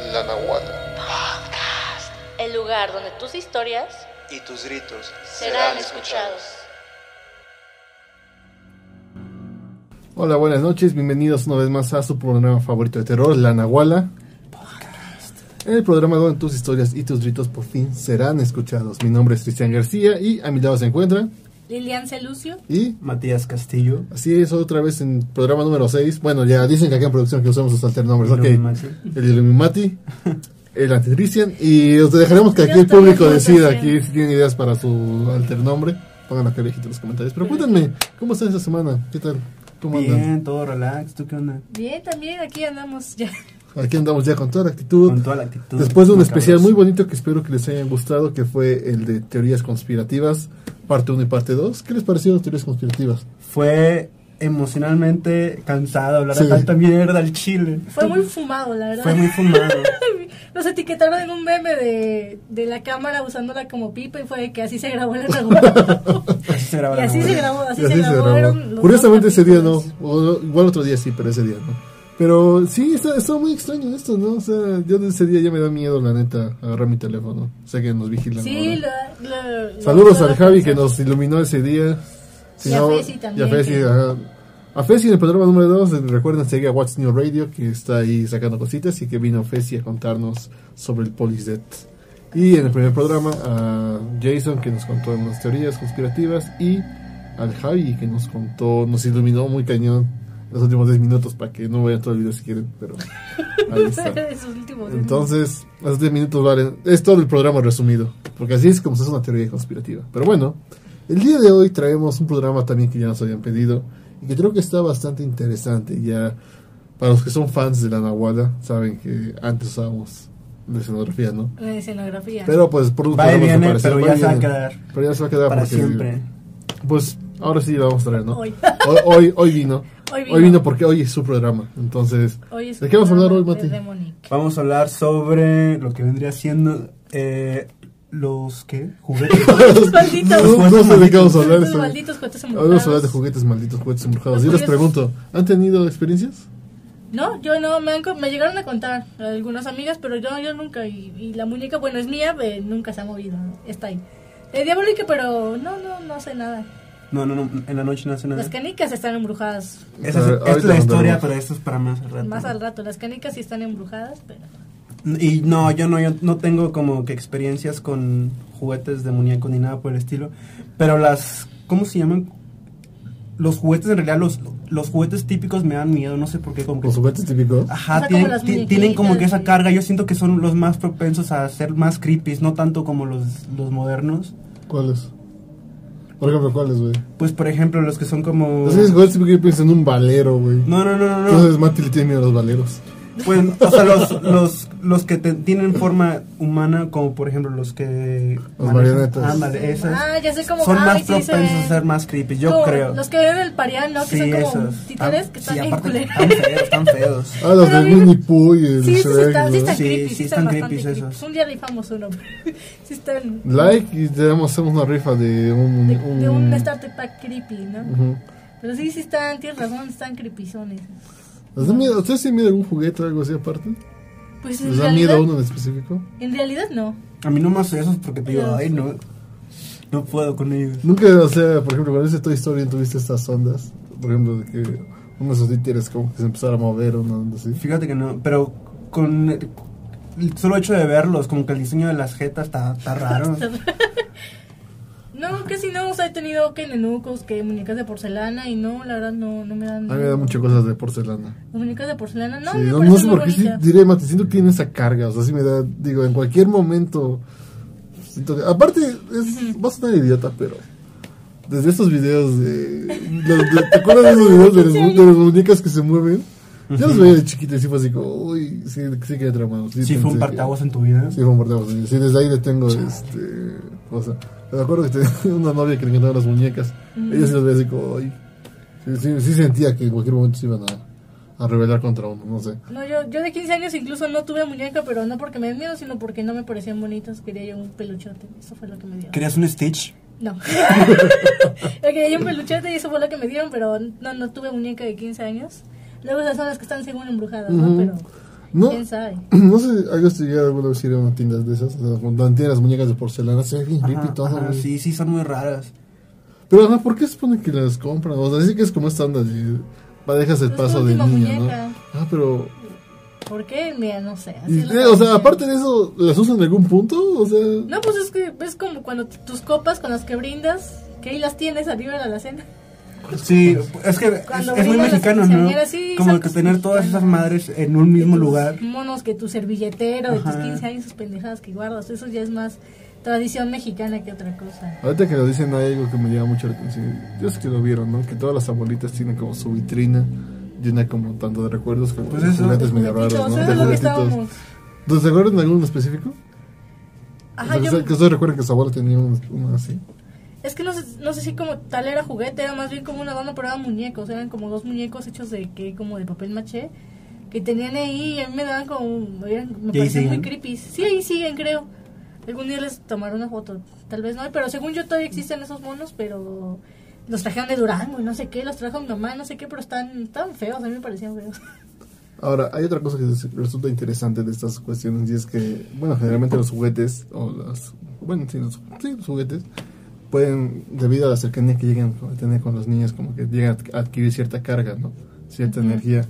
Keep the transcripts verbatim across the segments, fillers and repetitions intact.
La Nahuala. Podcast. El lugar donde tus historias y tus gritos serán escuchados. Hola, buenas noches, bienvenidos una vez más a su programa favorito de terror, La Nahuala Podcast. El programa donde tus historias y tus gritos por fin serán escuchados. Mi nombre es Cristian García y a mi lado se encuentra Lilian Celucio y Matías Castillo. Así es, otra vez en programa número seis. Bueno, ya dicen que acá en producción que usamos los alternombres. Ok, el Illuminati, el Anticristian. Y os dejaremos que aquí el público decida aquí si tienen ideas para su alternombre. Pónganlo acá abajito en los comentarios. Pero cuéntenme, ¿cómo están esta semana? ¿Qué tal? ¿Cómo Bien, andan? todo relax. ¿Tú qué onda? Bien, también aquí andamos ya. Aquí andamos ya con toda la actitud. Con toda la actitud. Después de un Macabros. especial muy bonito que espero que les hayan gustado, que fue el de teorías conspirativas, parte uno y parte dos. ¿Qué les parecieron las teorías conspirativas? Fue emocionalmente cansado hablar Sí. de tanta mierda al chile. Fue muy fumado, la verdad. Fue muy fumado. Nos etiquetaron en un meme de, de la cámara usándola como pipa y fue que así se grabó la Nahuala. Así se graba Y la así se novela. grabó, así, Y así se se grabaron. grabó. los Curiosamente dos ese día no, capítulos. o, igual otro día sí, pero ese día no. Pero sí, está, está muy extraño esto, ¿no? O sea, yo de ese día ya me da miedo, la neta, agarrar mi teléfono. Sé que nos vigilan Sí, ahora. la, la, la- Saludos la- al Javi que nos iluminó ese día. Y a Fesi también, Y a Fesi, que- ajá. A Fesi en el programa número dos, recuerden seguir a What's New Radio, que está ahí sacando cositas, y que vino Fesi a contarnos sobre el Polisdet. Y en el primer programa a Jason, que nos contó unas teorías conspirativas, y al Javi, que nos contó, nos iluminó muy cañón los últimos diez minutos, para que no vean todo el video si quieren, pero ahí está. Esos últimos Entonces, los diez minutos valen, es todo el programa resumido, porque así es como se hace una teoría conspirativa. Pero bueno, el día de hoy traemos un programa también que ya nos habían pedido, y que creo que está bastante interesante. Ya, para los que son fans de la Nahuala, saben que antes usábamos la escenografía, ¿no? La escenografía. Pero pues por un Va y programa viene, desapareció, pero va ya y se va a viene. quedar. Pero ya se va a quedar Para porque, siempre. pues, ahora sí la vamos a traer, ¿no? Hoy. Hoy, hoy, hoy vino. Hoy vino. Hoy vino porque hoy es su programa. Entonces, Hoy es ¿de qué vamos a hablar hoy, de Mati? Demonic. Vamos a hablar sobre lo que vendría siendo eh, los, ¿qué? Juguetes. Los malditos. No, no sé de qué vamos a hablar. Los esto- malditos juguetes Hoy vamos a hablar de embrujados. juguetes malditos, juguetes embrujados. Los Yo les curiosos. pregunto, ¿han tenido experiencias? No, yo no, me, han co- me llegaron a contar algunas amigas, pero yo, yo nunca. Y, y la muñeca, bueno, es mía, eh, nunca se ha movido, está ahí. Es diabólica, pero no, no, no sé nada. No, no, no, en la noche no hace nada. Las canicas están embrujadas. Esa A es, ver, esta es ahorita la nos historia, vemos. pero esto es para más al rato. Más al rato, las canicas sí están embrujadas, pero... Y no, yo no, yo no tengo como que experiencias con juguetes de muñeco ni nada por el estilo. Pero las, ¿cómo se llaman? Los juguetes, en realidad, los, los juguetes típicos me dan miedo, no sé por qué. Como que, Los juguetes típicos. ajá, O sea, tienen, como las ti- tienen como que esa muñequitas, carga. Yo siento que son los más propensos a ser más creepy, no tanto como los, los modernos. ¿Cuáles? Por ejemplo, ¿cuáles, güey? Pues, por ejemplo, los que son como... Así es, juguetes típicos, yo pienso en un valero, güey. No, no, no, no, no. Entonces Mati le tiene miedo a los valeros. Pues, o sea, los, los, los que te- tienen forma humana, como por ejemplo los que... Los manejan- marionetas. Ándale, esas. Ah, ya sé cómo... Son ay, más sí, se propensos ven. a ser más creepy, yo Como creo. Los que ven el parián, ¿no? Que Sí, son como esos. títeres Ah, que sí, están bien aparte, culeros. están feos, están feos. Ah, los Pero de a mí- Winnie Pooh y el Sí, sí, sí, Shrek, están, sí ¿no? están Sí, creepy, sí sí están están creepy bastante esos. creepy. Un día rifamos uno. Sí están... Like y tenemos hacemos una rifa de un... De, un, de un starter pack creepy, ¿no? Ujú. Pero sí, sí están, tienes razón, están creepyzones. ¿Les da miedo? ¿Ustedes tienen miedo a algún juguete o algo así aparte? Pues en ¿Les da realidad, miedo a uno en específico? en realidad no. A mí no más esos porque te digo, Pero- ay, no, no puedo con ellos. Nunca, o sea, por ejemplo, cuando hice Toy Story tuviste estas ondas, por ejemplo, de que uno de esos títeres como que se empezara a mover o una onda así. Fíjate que no, pero con el el solo hecho de verlos, como que el diseño de las jetas está, está raro. No, casi no, o sea, he tenido que nenucos, que muñecas de porcelana y no, la verdad no, no me dan... A mí me da muchas cosas de porcelana. Las muñecas de porcelana, no, Sí, me no, parecen no sé muy por qué, sí, bonitas. diré, Mati, siento que tiene esa carga, o sea, sí me da, digo, en cualquier momento, siento que- aparte, es, va a sonar idiota, pero desde estos videos de, los de- ¿te acuerdas de esos videos de, las- de las muñecas que se mueven? Yo los veía de chiquito y sí fue así como, uy, sí, sí quedé traumado. Sí, fue un pensé que- parteaguas en tu vida. Sí, fue un parteaguas. Sí, desde ahí le tengo, este, cosa. Me acuerdo que tenía una novia que le encantaban las muñecas. Mm. Ella sí las veía así como, ay. Sí, sí, sí sentía que en cualquier momento se iban a, a rebelar contra uno, no sé. No, yo, yo de quince años incluso no tuve muñeca, pero no porque me den miedo, sino porque no me parecían bonitas. Quería yo un peluchote, eso fue lo que me dieron. ¿Querías un Stitch? No. Yo quería yo un peluchote y eso fue lo que me dieron, pero no, no tuve muñeca de quince años. Luego esas son las que están según embrujadas, ¿no? Ujú. Pero No, ¿Quién sabe? no sé, algo estoy ya alguna vez ir a una tienda de esas, o sea, donde tienen las muñecas de porcelana, se ve bien creepy Ajá, todo, ajá, güey. sí, sí, son muy raras. Pero ajá, ¿por qué se supone que las compran? O sea, sí que es como esta onda de pa, dejas el Es paso tu de última niña, muñeca. ¿no? Ah, pero... ¿Por qué? Mira, no sé. así Y, lo eh, o sea, parecen. aparte de eso, ¿las usan en algún punto? O sea... No, pues es que es como cuando t- tus copas con las que brindas, que ahí las tienes arriba de la alacena. Sí, es que es, Cuando es muy brindan las mexicano, ¿no? quinceañeras, sí, Como son que tener todas mexicanas. esas madres en un mismo De tus lugar. monos, que tu servilletero, de tus Ajá. quince años, sus pendejadas que guardas. Eso ya es más tradición mexicana que otra cosa. Ahorita que lo dicen hay algo que me llama mucho la atención. Yo sé que lo vieron, ¿no? Que todas las abuelitas tienen como su vitrina llena como tanto de recuerdos como Pues de eso. juguetes medio raros, Juguetitos, ¿no? eso De es lo que juguetitos. estábamos. ¿Entonces, ¿se acuerdan de alguno específico? Ajá, O sea, yo, que ustedes recuerden que su abuela tenía uno, uno así. es que no sé, no sé si como tal era juguete, era más bien como una dona, pero eran muñecos, eran como dos muñecos hechos de que como de papel maché, que tenían ahí y a mí me daban como, eran, me ¿Y ahí parecían muy siguen? creepy. Sí, ahí siguen, creo. Algún día les tomaré una foto, tal vez no, pero según yo todavía existen esos monos, pero los trajeron de Durango y no sé qué, los trajo mi mamá, no sé qué, pero están, estaban feos, a mí me parecían feos. Ahora, hay otra cosa que es- resulta interesante de estas cuestiones y es que, bueno, generalmente los juguetes, o las, bueno, sí, los, sí, los juguetes, pueden, debido a la cercanía que llegan a tener con los niños, como que llegan a adquirir cierta carga, ¿no? Cierta energía.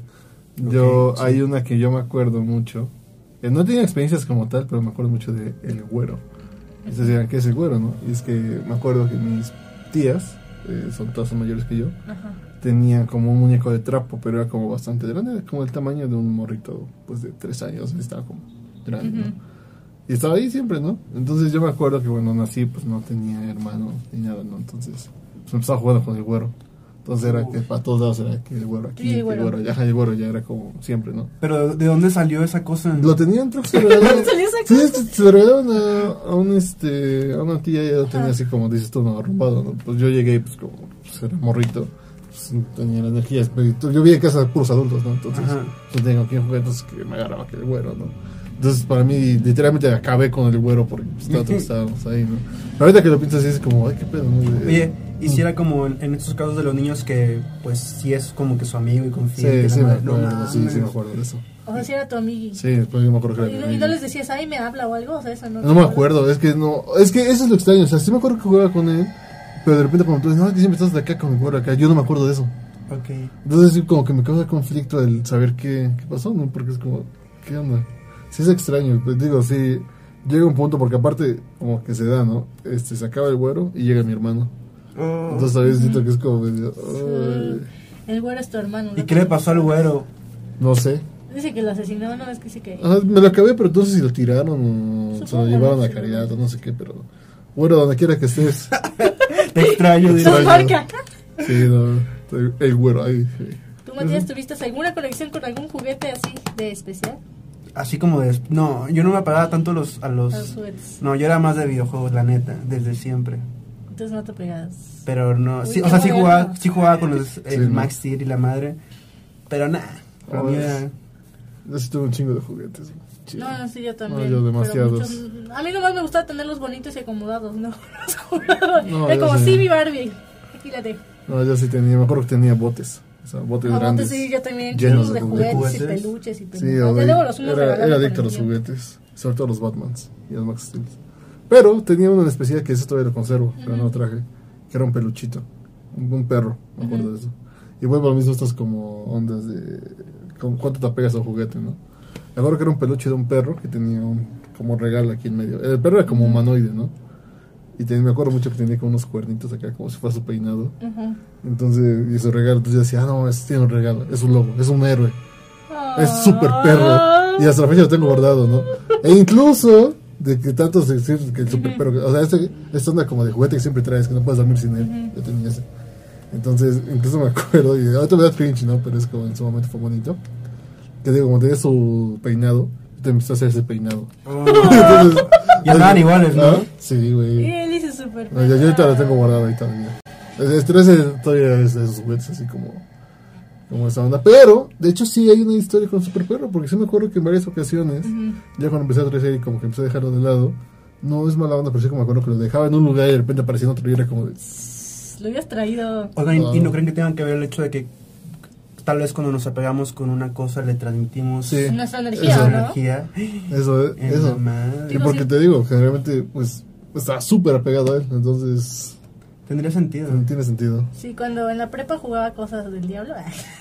Yo, Ok, sí. hay una que yo me acuerdo mucho, eh, no tenía experiencias como tal, pero me acuerdo mucho de El Güero. Y ustedes dirán, ¿qué es El Güero, no? Y es que me acuerdo que mis tías, eh, son todas son mayores que yo, Ajá. tenían como un muñeco de trapo, pero era como bastante grande, era como el tamaño de un morrito pues de tres años, estaba como grande, ¿no? Ujú. Y estaba ahí siempre, ¿no? Entonces yo me acuerdo que cuando nací pues no tenía hermano ni nada, ¿no? Entonces pues empezaba jugando con el güero. Entonces era que para todos lados era que el güero aquí, Sí, el que el güero. güero allá, el güero ya era como siempre, ¿no? Pero ¿de dónde salió esa cosa? Lo tenían, creo que se lo regalaron. ¿Dónde salió esa Sí, cosa? se, se lo regalaron a, a un este a una tía, y ella lo tenía así como dices tú, no, arrumbado, ¿no? Pues yo llegué y pues como pues, era morrito, pues no tenía la energía. Yo vi en casa de puros adultos, ¿no? Entonces Ajá. yo tengo quien jugar, entonces que me agarraba que el güero, ¿no? Entonces para mí literalmente acabé con el güero porque pues, nosotros estábamos ahí, ¿no? Pero ahorita que lo piensas así es como, ay, qué pedo, ¿no? De- Oye, hiciera como en, en estos casos de los niños que, pues, sí es como que su amigo y Sí, confía. en que sí la me madre- no acuerdo, sí, mames. sí me acuerdo de eso. O sea, si era tu amigui. Sí, después yo me acuerdo que Y era no, mi y no amigo. les decías, ay, me habla o algo, o sea, eso no. No me acuerdo, es que no, es que eso es lo extraño, o sea, sí me acuerdo que jugaba con él, pero de repente cuando tú dices, no, es que siempre estás de acá con el güero acá, yo no me acuerdo de eso. Ok. Entonces sí, como que me causa conflicto el saber qué, qué pasó, ¿no? Porque es como, ¿qué onda? Sí es extraño, pues digo, sí, llega un punto, porque aparte como que se da, ¿no? Este, se acaba el güero y llega mi hermano. Oh. Entonces a veces siento que es como medio, ay, El güero es tu hermano. ¿Y ¿no? qué le pasó al güero? no sé. Dice que lo asesinó, no, es que dice que. Ajá, me lo acabé, pero entonces si lo tiraron o se lo Supongo, llevaron no a sé. caridad o no sé qué, pero bueno, donde quiera que estés. Te extraño, dirá. Son marca. Sí, no, estoy- el güero, ay, sí. ¿Tú, Matías, tuviste alguna conexión con algún juguete así de especial? Así como de... No, yo no me apagaba tanto los, a los... A los juguetes. No, yo era más de videojuegos, la neta, desde siempre. Entonces no te pegas. Pero no... Uy, Sí, qué o sea, sí moderno. jugaba, sí jugaba con los, el Sí, ¿no? Max Steel y la madre. Pero nada. Para mí era... Yo sí tuve un chingo de juguetes. Chido. No, sí, yo también. No, yo pero demasiados. muchos- a mí nomás me gustaba tenerlos bonitos y acomodados, ¿no? Los jugaba. No, Era yo como, sí. sí, mi Barbie. Aquí la dejo. No, yo sí tenía, me acuerdo que tenía botes. O sea, botes Ah, grandes. botes, sí, yo también. llenos Llenos de de juguetes, juguetes. y peluches y peluches. Sí, Ya o de- luego los fuimos era, regalando era con adicto a el los tiempo. juguetes. Sobre todo los Batmans y los Max Steel. Pero tenía uno en especial que ese todavía lo conservo, pero no lo traje. Que era un peluchito. Un, un perro, me acuerdo Ujú. de eso. Y vuelvo a lo mismo estas como ondas de... Con cuánto te apegas a un juguete, ¿no? Me acuerdo que era un peluche de un perro que tenía un como regalo aquí en medio. El perro era como humanoide, ¿no? Y tenía- me acuerdo mucho que tenía como unos cuernitos acá, como si fuera su peinado. Ujú. Entonces, y su regalo, entonces yo decía, ah, no, este tiene un regalo, es un lobo, es un héroe, es Ah. súper perro. Y hasta la fecha lo tengo guardado, ¿no? E incluso, de que tanto se decir que el super perro, o sea, este, esta onda como de juguete que siempre traes, que no puedes dormir sin él, yo tenía ese. Entonces, incluso me acuerdo, y ahorita me da cringe, ¿no? Pero es como en su momento fue bonito. Que digo, como tenía su peinado, yo te empecé a hacer ese peinado. Oh. Entonces, Y andaban iguales, ¿no? ¿ah? Sí, Y güey. él dice súper No, yo, yo ahorita lo tengo guardado ahí todavía. Este ese todavía es de esos juguetes así como, como esa onda. Pero, de hecho, sí hay una historia con Super Perro, porque sí me acuerdo que en varias ocasiones, ya cuando empecé a crecer y como que empecé a dejarlo de lado, no es mala onda, pero sí como me acuerdo que lo dejaba en un lugar y de repente aparecía en otro y era como de... Lo habías traído. Oigan, ¿y- ¿y Ah. no creen que tengan que ver el hecho de que tal vez cuando nos apegamos con una cosa le transmitimos Sí. Nuestra energía, Eso. ¿no? energía. Eso, es- En eso. la madre. Y porque te digo, generalmente, pues, está súper apegado a él, entonces, Tendría sentido. no tiene sentido. Sí, cuando en la prepa jugaba cosas del diablo.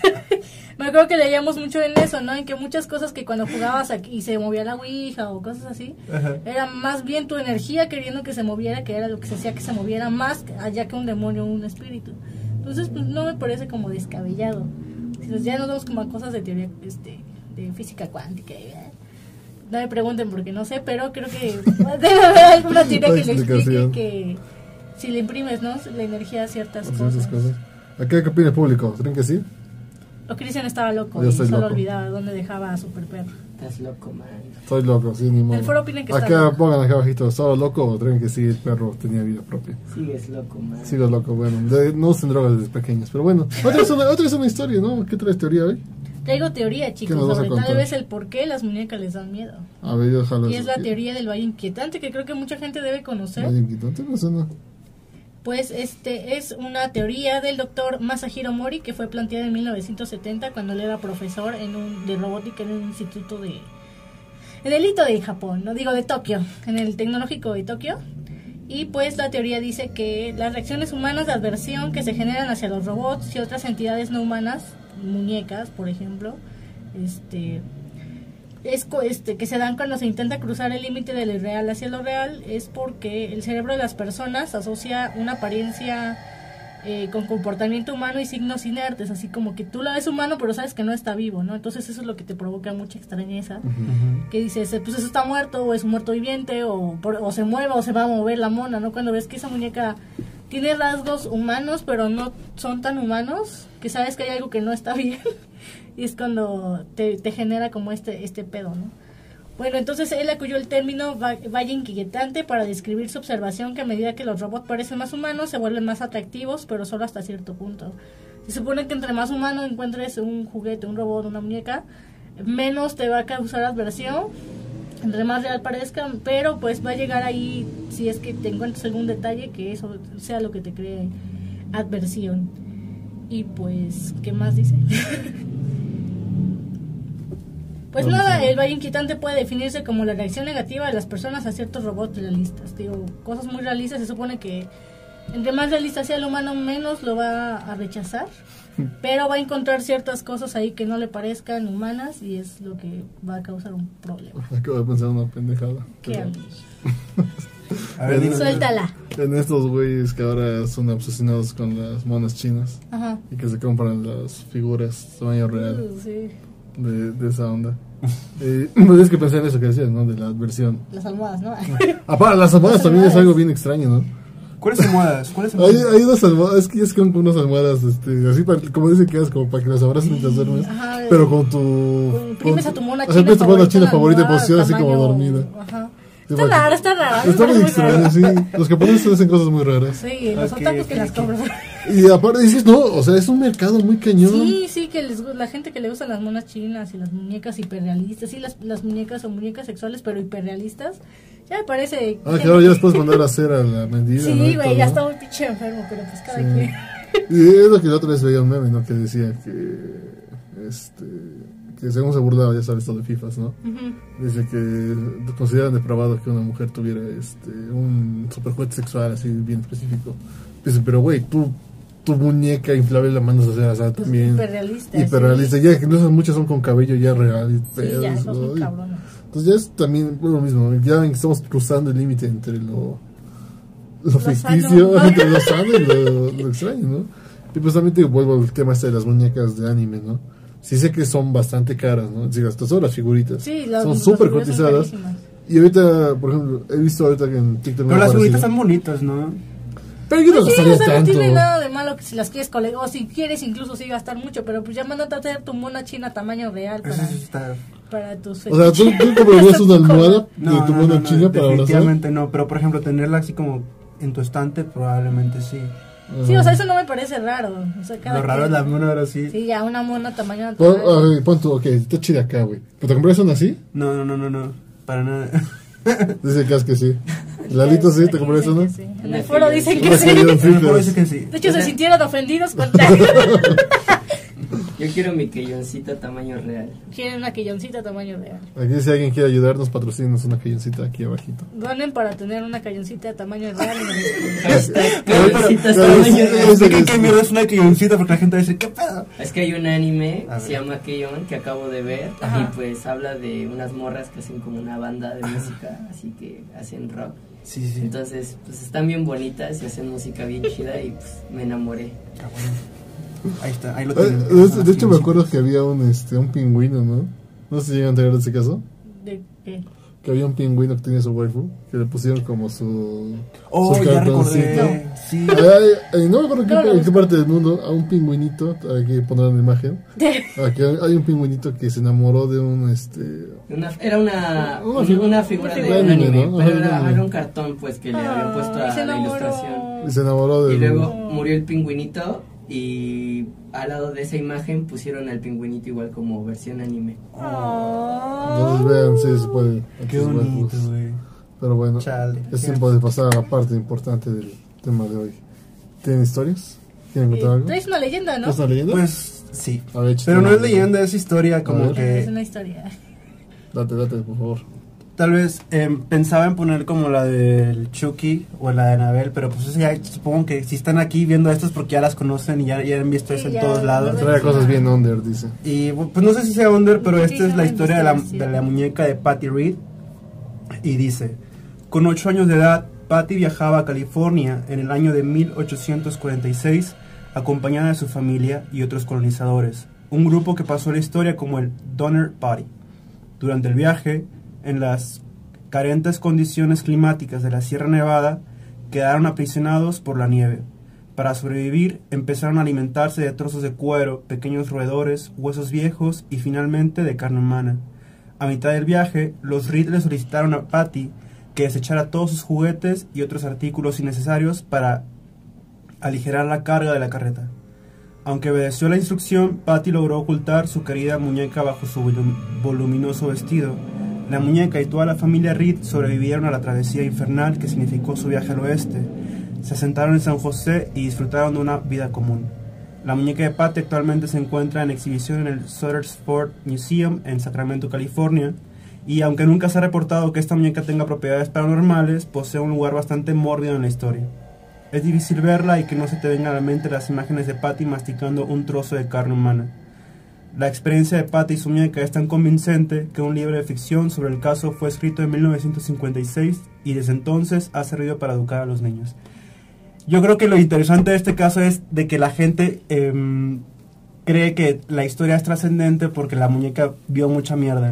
Me acuerdo que leíamos mucho en eso, ¿no? En que muchas cosas que cuando jugabas aquí y se movía la ouija o cosas así, Ajá. era más bien tu energía queriendo que se moviera, que era lo que se hacía que se moviera más allá que un demonio o un espíritu. Entonces, pues no me parece como descabellado. Si nos- ya nos vamos como a cosas de teoría, este, de física cuántica. y, eh, No me pregunten porque no sé, pero creo que debe haber alguna teoría No que hay le explique explicación. que si le imprimes, ¿no? La energía a ciertas Así cosas. esas cosas. ¿Acá qué opina el público? ¿Creen que sí? O Cristian estaba loco Yo y estoy solo loco. olvidaba dónde dejaba a Super Perro. Estás loco, man. Estoy loco, sí, ni modo. El foro opina que está Acá loco. pongan acá abajito, ¿estaba loco o creen que sí, el perro tenía vida propia? Sigues loco, man. Sigo loco, bueno, de- no usen drogas desde pequeños, pero bueno. Otra es una, otra es una historia, ¿no? ¿Qué traes teoría hoy? Traigo teoría, chicos, nos vas a sobre contar? tal vez el por qué las muñecas les dan miedo. A ver, yo jalo Y eso es la aquí. teoría del valle inquietante que creo que mucha gente debe conocer. Valle inquietante, no suena. Pues este es una teoría del doctor Masahiro Mori que fue planteada en mil novecientos setenta cuando él era profesor en un, de robótica en un instituto de... En el Ito de Japón, no digo de Tokio, en el tecnológico de Tokio. Y pues la teoría dice que las reacciones humanas de adversión que se generan hacia los robots y otras entidades no humanas, muñecas por ejemplo, este... es co- este, que se dan cuando se intenta cruzar el límite del irreal hacia lo real es porque el cerebro de las personas asocia una apariencia eh, con comportamiento humano y signos inertes, así como que tú lo ves humano pero sabes que no está vivo, ¿no? Entonces eso es lo que te provoca mucha extrañeza, Ujú. que dices, eh, pues eso está muerto o es un muerto viviente o, por- o se mueve o se va a mover la mona, ¿no? Cuando ves que esa muñeca tiene rasgos humanos pero no son tan humanos, que sabes que hay algo que no está bien. Y es cuando te, te genera como este este pedo, ¿no? Bueno, entonces él acudió el término va- valle inquietante para describir su observación que a medida que los robots parecen más humanos se vuelven más atractivos, pero solo hasta cierto punto. Se supone que entre más humano encuentres un juguete, un robot, una muñeca, menos te va a causar adversión, entre más real parezca, pero pues va a llegar ahí, si es que te encuentras algún detalle, que eso sea lo que te cree adversión. Y pues, ¿qué más dice? Pues No, nada, sí. el valle inquietante puede definirse como la reacción negativa de las personas a ciertos robots realistas. Digo, cosas muy realistas, se supone que entre más realista sea el humano, menos lo va a rechazar, pero va a encontrar ciertas cosas ahí que no le parezcan humanas y es lo que va a causar un problema. Acabo de pensar una pendejada. ¿Qué Pero- hables? A ver, dime. Suéltala. En estos güeyes que ahora son obsesionados con las monas chinas Ajá. y que se compran las figuras tamaño real Uh, sí. de, de esa onda. Eh, pues es que pensé en eso que decías, ¿no? De la adversión. Las almohadas, ¿no? Aparte, las almohadas Las también es almohadas. algo bien extraño, ¿no? ¿Cuáles almohadas? ¿Cuáles Hay, almohadas? hay unas almohadas, es que es con unas almohadas, este, así para, como dicen que es como para que las abraces mientras duermes, Ajá, pero con tu... Imprimes a tu mona ajá, china imprimes a tu mona favorita china en la favorita en almohada, posición así como tamaño- dormida. Ajá. Sí, Está para- raro, está raro. Está muy muy extraño, raro. sí. Los japoneses hacen cosas muy raras. Sí, los Ok, otakus ok, que las ok. compran. Y aparte dices, no, o sea, es un mercado muy cañón. Sí, sí, que les, gu- la gente que le gustan las monas chinas y las muñecas hiperrealistas, sí, las, las muñecas o muñecas sexuales, pero hiperrealistas, ya me parece... Ah, claro, ya las puedes mandar a hacer a la medida. ¿no? Sí, Y todo, güey, ya ¿no? está muy pinche enfermo, pero pues cada Sí. quien... Y es lo que la otra vez veía un meme, ¿no? Que decía que, este, que según se burlaba, ya sabes, todo de FIFAs, ¿no? Ujú. Dice que consideran depravado que una mujer tuviera este un super juguete sexual así bien específico. Dicen, pero güey, tú, tu muñeca inflable la mandas a hacer así Pues también. hiperrealista. Hiperrealista. Ya que incluso muchas son con cabello ya real y Sí, pedos, ya, son ¿no? muy Y- cabrones. Entonces ya es también lo mismo, ¿no? Ya ven que estamos cruzando el límite entre lo, lo Lo ficticio, sano. entre lo sano y lo, lo extraño, ¿no? Y pues también te vuelvo al tema este de las muñecas de anime, ¿no? Sí sé que son bastante caras, ¿no? Sí, hasta todas las figuritas. Sí, las, son las súper figuras son cotizadas. carísimas. Y ahorita, por ejemplo, he visto ahorita que en TikTok me Pero ha las figuritas aparecido. están bonitas, ¿no? Pero yo no Pues sí, gastaría o sea, no tanto. tiene nada de malo que si las quieres colegar, o si quieres incluso sí gastar mucho, pero pues ya mándate a hacer tu mona china tamaño real Eso para, sí está... para tus O sea, ¿tú, fetiches. tú comprarías una almohada No, de tu no, mona no, no, china para abrazar? definitivamente no, pero por ejemplo tenerla así como en tu estante probablemente sí. Sí, o sea, eso no me parece raro. O sea, cada Lo raro es quien- la mona ahora sí. Sí, ya una mona tamaño Pon, natural. a ver, pon tú, ok, está chida acá, güey. ¿Pero te comprarías una así? No, no, no, no, no, para nada. Dice Cas que sí. Lalito, ¿sí? ¿Te comprarías Dicen una? que sí. En el foro dicen que Una sí. que yo- Sí, me parece que sí. De hecho, se sintieron ofendidos con Yo quiero mi queyoncita tamaño real. Quieren una queyoncita tamaño real. Aquí si alguien quiere ayudarnos, patrocínenos una queyoncita aquí abajito. Donen para tener una queyoncita tamaño real. Hashtag Pero- queyoncitas pero- tamaño pero- real. Expliquen qué mierda es una quilloncita porque la gente va a decir, ¿qué pedo? Es que hay un anime A que se ver. llama Keyon que acabo de ver. Ajá. Y pues habla de unas morras que hacen como una banda de música, así que hacen rock. Sí, sí, sí. Entonces, pues están bien bonitas y hacen música bien chida y pues me enamoré. Ah, bueno. Ahí está, ahí lo Eh, tienen. De, de hecho me acuerdo que había un este un pingüino, ¿no? No sé si llegan a enterar de ese caso. ¿De qué? Que había un pingüino que tenía su waifu, que le pusieron como su... Oh, su ya cartoncito. recordé. Sí. Ay, ay, ay, no me acuerdo No, qué- no, en qué no. parte del mundo, a un pingüinito, aquí pondrán la imagen, aquí hay un pingüinito que se enamoró de un, este... Una, era una, Una una, figu- una figura una de figura un de anime, anime, ¿no? pero Ajá, era, de anime. era un cartón pues que le habían puesto Ah, a se la enamoró. ilustración. Y se enamoró de... Y luego murió el pingüinito y al lado de esa imagen pusieron al pingüinito igual como versión anime. Entonces vean, sí, se puede. aquí Qué se puede, bonito, pues. güey. Pero bueno, Chale. es tiempo de pasar a la parte importante del tema de hoy. ¿Tienen historias? ¿Quieren contar algo? Traes una leyenda, ¿no? ¿Es una leyenda? Pues sí. A ver, Pero no échate es una leyenda, es historia como ver. Es que una historia. Date, date, por favor. tal vez em, pensaba en poner como la del Chucky o la de Anabel, pero pues eso ya supongo que si están aquí viendo estas porque ya las conocen y ya, ya han visto Sí, eso en ya, todos lados. no Trae cosas bien under, dice. Y bu- pues no sé si sea under, pero Sí, esta es la saben historia de la, ustedes, sí. de la muñeca de Patty Reed. Y dice, con ocho años de edad, Patty viajaba a California en el año de mil ochocientos cuarenta y seis, acompañada de su familia y otros colonizadores, un grupo que pasó a la historia como el Donner Party. Durante el viaje, en las carentes condiciones climáticas de la Sierra Nevada, quedaron aprisionados por la nieve. Para sobrevivir, empezaron a alimentarse de trozos de cuero, pequeños roedores, huesos viejos y finalmente de carne humana. A mitad del viaje, los Reed le solicitaron a Patty que desechara todos sus juguetes y otros artículos innecesarios para aligerar la carga de la carreta. Aunque obedeció la instrucción, Patty logró ocultar su querida muñeca bajo su volum- voluminoso vestido. La muñeca y toda la familia Reed sobrevivieron a la travesía infernal que significó su viaje al oeste. Se asentaron en San José y disfrutaron de una vida común. La muñeca de Patty actualmente se encuentra en exhibición en el Sutter's-Ford Museum en Sacramento, California. Y aunque nunca se ha reportado que esta muñeca tenga propiedades paranormales, posee un lugar bastante mórbido en la historia. Es difícil verla y que no se te vengan a la mente las imágenes de Patty masticando un trozo de carne humana. La experiencia de Patty y su muñeca es tan convincente que un libro de ficción sobre el caso fue escrito en mil novecientos cincuenta y seis y desde entonces ha servido para educar a los niños. Yo creo que lo interesante de este caso es de que la gente eh, cree que la historia es trascendente porque la muñeca vio mucha mierda.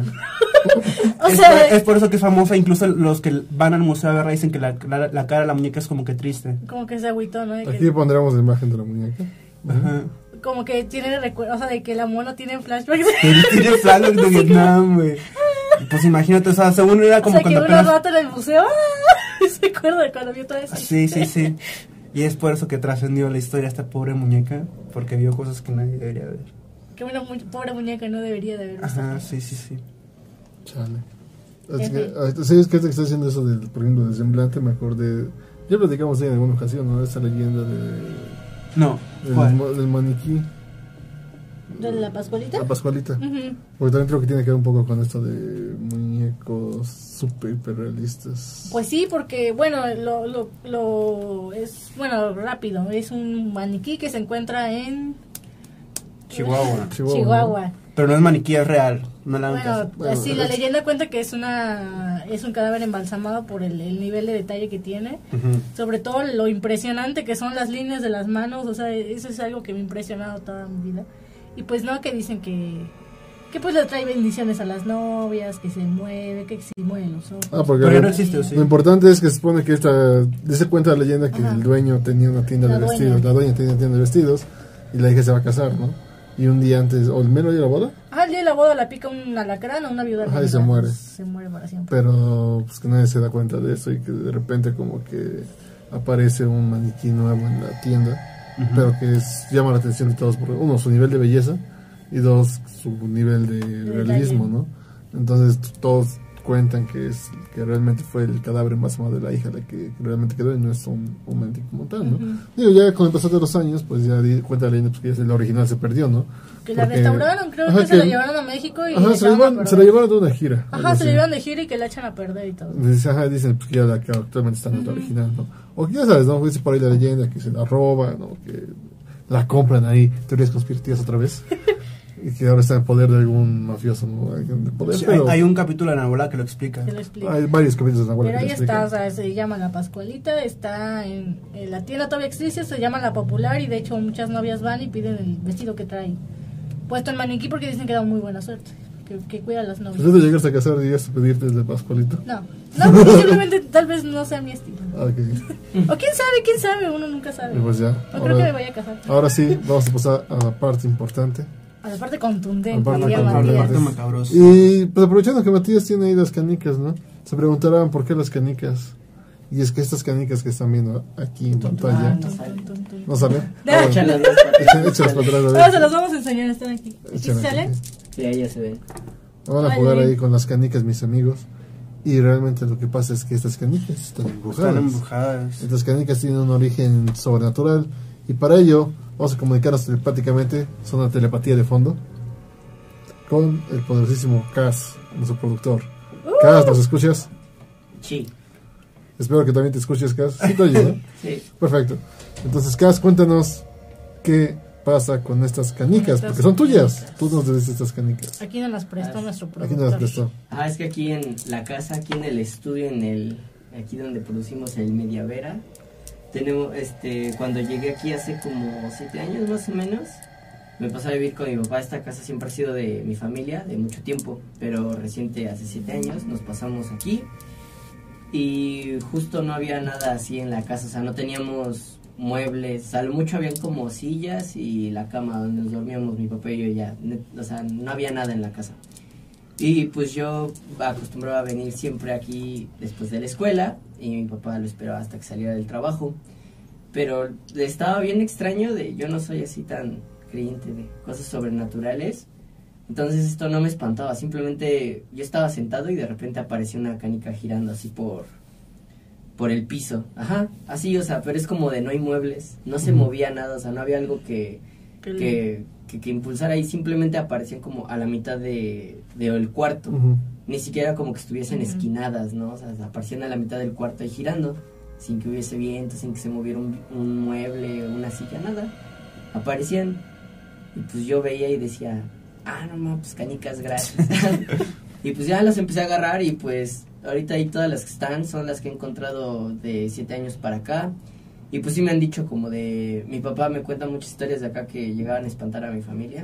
O es, sea, por, es por eso que es famosa, incluso los que van al museo a verla dicen que la, la, la cara de la muñeca es como que triste. como que se agüitó, ¿no? De que- Aquí pondremos la imagen de la muñeca. Ajá. como que tiene recuerdos, o sea, de que la mono tiene flashbacks. Tiene, tiene flashbacks de Vietnam, güey. Pues imagínate, o sea, según era O como sea, que cuando una apenas... rata en el museo. ¡Ah! Se acuerda de cuando vio todo eso. Sí, sí, sí. Y es por eso que trascendió la historia esta pobre muñeca, porque vio cosas que nadie debería ver. Que una mu- pobre muñeca no debería de haber visto. Ajá, sí, sí, sí. Chale. Así F. que, ahorita, sí, es que ahorita que está haciendo eso, del, por ejemplo, del semblante, me acordé. Ya platicamos en alguna ocasión, ¿no? Esta leyenda de, No, del, ¿cuál? mo- del maniquí, ¿De la Pascualita? la Pascualita. Ujú. Porque también creo que tiene que ver un poco con esto de muñecos super hiperrealistas. Pues sí, porque, bueno, lo, lo, lo es, bueno, rápido. Es un maniquí que se encuentra en Chihuahua. Chihuahua. Chihuahua. Pero no es maniquí, es real. No la Bueno, Bueno, así de la hecho- leyenda cuenta que es una es un cadáver embalsamado por el, el nivel de detalle que tiene. Ujú. Sobre todo lo impresionante que son las líneas de las manos, o sea, eso es algo que me ha impresionado toda mi vida. Y pues no, que dicen que que pues le trae bendiciones a las novias, que se mueve, que se mueven los ojos. Ah, porque Pero ya lo, no existe, ¿o sí? lo importante es que se supone que esta. Dice cuenta la leyenda que Ajá. el dueño tenía una tienda La de dueña. vestidos. La dueña tenía una tienda de vestidos. Y la hija se va a casar, ¿no? Y un día antes, o el mero día de la boda. Ah, el día de la boda la pica un alacrán o una viuda. Ajá, y negra, se muere. Se muere para siempre. Pero pues que nadie se da cuenta de eso y que de repente como que aparece un maniquí nuevo en la tienda, Ujú. pero que es, llama la atención de todos, por uno, su nivel de belleza y dos, su nivel de De realismo, detalle. ¿no? Entonces todos cuentan que es que realmente fue el cadáver más de la hija la que realmente quedó y no es un, un mente como tal, ¿no? Uh-huh. Digo, ya con el pasar de los años, pues ya di, cuenta la leyenda, pues que el original se perdió, ¿no? Que la Porque, restauraron, creo ajá, que, que se la llevaron a México y ajá, se, la llevaron, se la llevaron de una gira. Ajá, se la llevaron de gira y que la echan a perder y todo. Dice, ajá, dicen pues, que ya la que actualmente está en uh-huh. la original, ¿no? O que ya sabes, ¿no? Dice por ahí la leyenda que se la roban, ¿no? Que la compran ahí, teorías conspirativas otra vez. Y que ahora está en poder de algún mafioso, ¿no? De poder, sí, pero... hay, hay un capítulo de Nahuala que lo explica. Que lo explica. Hay varios capítulos de Nahuala pero que ahí lo explican. está, o sea, se llama La Pascualita, está en, en la tienda todavía existe, se llama La Popular y de hecho muchas novias van y piden el vestido que trae puesto en maniquí porque dicen que da muy buena suerte, que, que cuida a las novias. ¿Tú te llegas a casar y llegas a pedirte el de Pascualito? No, no, porque simplemente tal vez no sea mi estilo. Okay. O quién sabe, quién sabe, uno nunca sabe. Y pues ya. No ahora, creo que me vaya a casar. Ahora sí, vamos a pasar a la parte importante. A la parte contundente, a la parte contundente. Macabrosa. Y pues aprovechando que Matías tiene ahí las canicas, ¿no? Se preguntarán por qué las canicas. Y es que estas canicas que están viendo aquí en pantalla. Ah, no salen. ¿No salen? Ah, échalas Échalas para atrás. Ahora se las vamos a enseñar, están aquí. ¿Sí salen? Sí, ahí ya se ven. Van a jugar ahí con las canicas, mis amigos. Y realmente lo que pasa es que estas canicas están embrujadas. Están embrujadas. Estas canicas tienen un origen sobrenatural. Y para ello vamos a comunicarnos telepáticamente. Son una telepatía de fondo. Con el poderosísimo Kaz, nuestro productor. Uh. Kaz, ¿nos escuchas? Sí. Espero que también te escuches, Kaz. ¿Sí te oye, no? Sí. Perfecto. Entonces, Kaz, cuéntanos qué pasa con estas canicas, estas porque son tuyas. Tú nos debes estas canicas. Aquí nos las prestó ah, nuestro productor. Aquí nos las prestó. Ah, es que aquí en la casa, aquí en el estudio, en el aquí donde producimos el Mediavera, tenemos, este, cuando llegué aquí hace como siete años más o menos, me pasé a vivir con mi papá. Esta casa siempre ha sido de mi familia, de mucho tiempo, pero reciente, hace siete años, nos pasamos aquí. Y justo no había nada así en la casa, o sea, no teníamos muebles, a lo mucho habían como sillas y la cama donde nos dormíamos mi papá y yo ya, o sea, no había nada en la casa. Y pues yo acostumbraba a venir siempre aquí después de la escuela y mi papá lo esperaba hasta que saliera del trabajo. Pero estaba bien extraño de, yo no soy así tan creyente de cosas sobrenaturales. Entonces esto no me espantaba, simplemente yo estaba sentado y de repente apareció una canica girando así por por el piso. Ajá, así, o sea, pero es como de no hay muebles, no se uh-huh. movía nada, o sea, no había algo que que, que, que impulsara y simplemente aparecían como a la mitad de, de el cuarto. Uh-huh. Ni siquiera como que estuviesen uh-huh. esquinadas, ¿no? O sea, aparecían a la mitad del cuarto ahí girando, sin que hubiese viento, sin que se moviera un, un mueble, una silla, nada. Aparecían y pues yo veía y decía, ah, no mames, pues canicas gratis. Y pues ya las empecé a agarrar y pues ahorita ahí todas las que están son las que he encontrado de siete años para acá. Y pues sí me han dicho como de, mi papá me cuenta muchas historias de acá que llegaban a espantar a mi familia.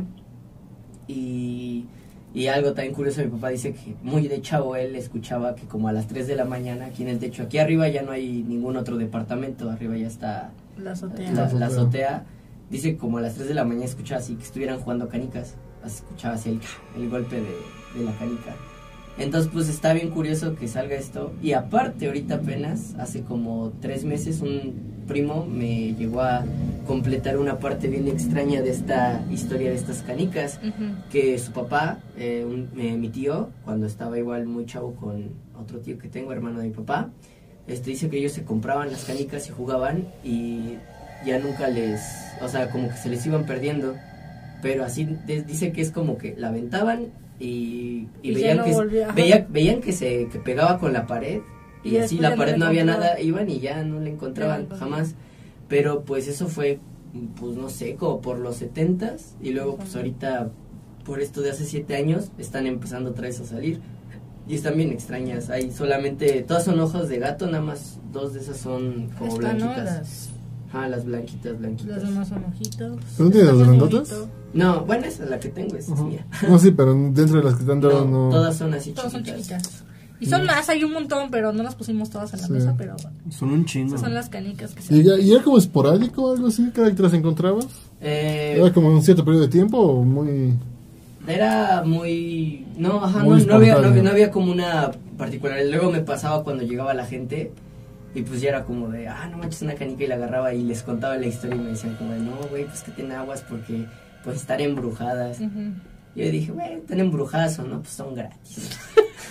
Y, y algo también curioso, mi papá dice que muy de chavo él escuchaba que como a las tres de la mañana aquí en el techo, aquí arriba ya no hay ningún otro departamento, arriba ya está la azotea. La, la azotea. Dice como a las tres de la mañana escuchaba así que estuvieran jugando canicas. Escuchaba así el, el golpe de, de la canica. Entonces pues está bien curioso que salga esto. Y aparte ahorita apenas hace como tres meses un primo me llegó a completar una parte bien extraña de esta historia de estas canicas. Uh-huh. Que su papá, eh, un, eh, mi tío, cuando estaba igual muy chavo con otro tío que tengo, hermano de mi papá, este, dice que ellos se compraban las canicas y jugaban y ya nunca les, o sea, como que se les iban perdiendo. Pero así de, dice que es como que la aventaban y, y, y veían, no que, volvía, veía, veían que se que pegaba con la pared y, y así la pared no había nada, iban y ya no la encontraban no, jamás. Pero pues eso fue, pues no sé, como por los setentas y luego pues ahorita por esto de hace siete años están empezando otra vez a salir y están bien extrañas. Hay solamente, todas son ojos de gato, nada más dos de esas son como Esta blanquitas. No, las... Ah, las blanquitas, blanquitas. Las demás son ojitos. ¿No tienes las grandotas? No, bueno, esa es la que tengo, esa uh-huh. es mía. No, sí, pero dentro de las que están dando no, no... todas son así todas chiquitas. Son chiquitas. Y son más, hay un montón, pero no las pusimos todas en la sí. mesa, pero... Son un chingo. Esas son las canicas que se... ¿Y, ya, ¿Y era como esporádico o algo así? ¿Cada vez que las encontrabas? Eh, ¿Era como un cierto periodo de tiempo o muy...? Era muy... No, ajá, muy no, no, había, no, no había como una particular. Luego me pasaba cuando llegaba la gente... Y pues ya era como de, ah, no manches, una canica y la agarraba y les contaba la historia y me decían como de, no, güey, pues que tienen aguas porque pues estar embrujadas. Uh-huh. Y yo dije, güey, están embrujadas o no, pues son gratis. El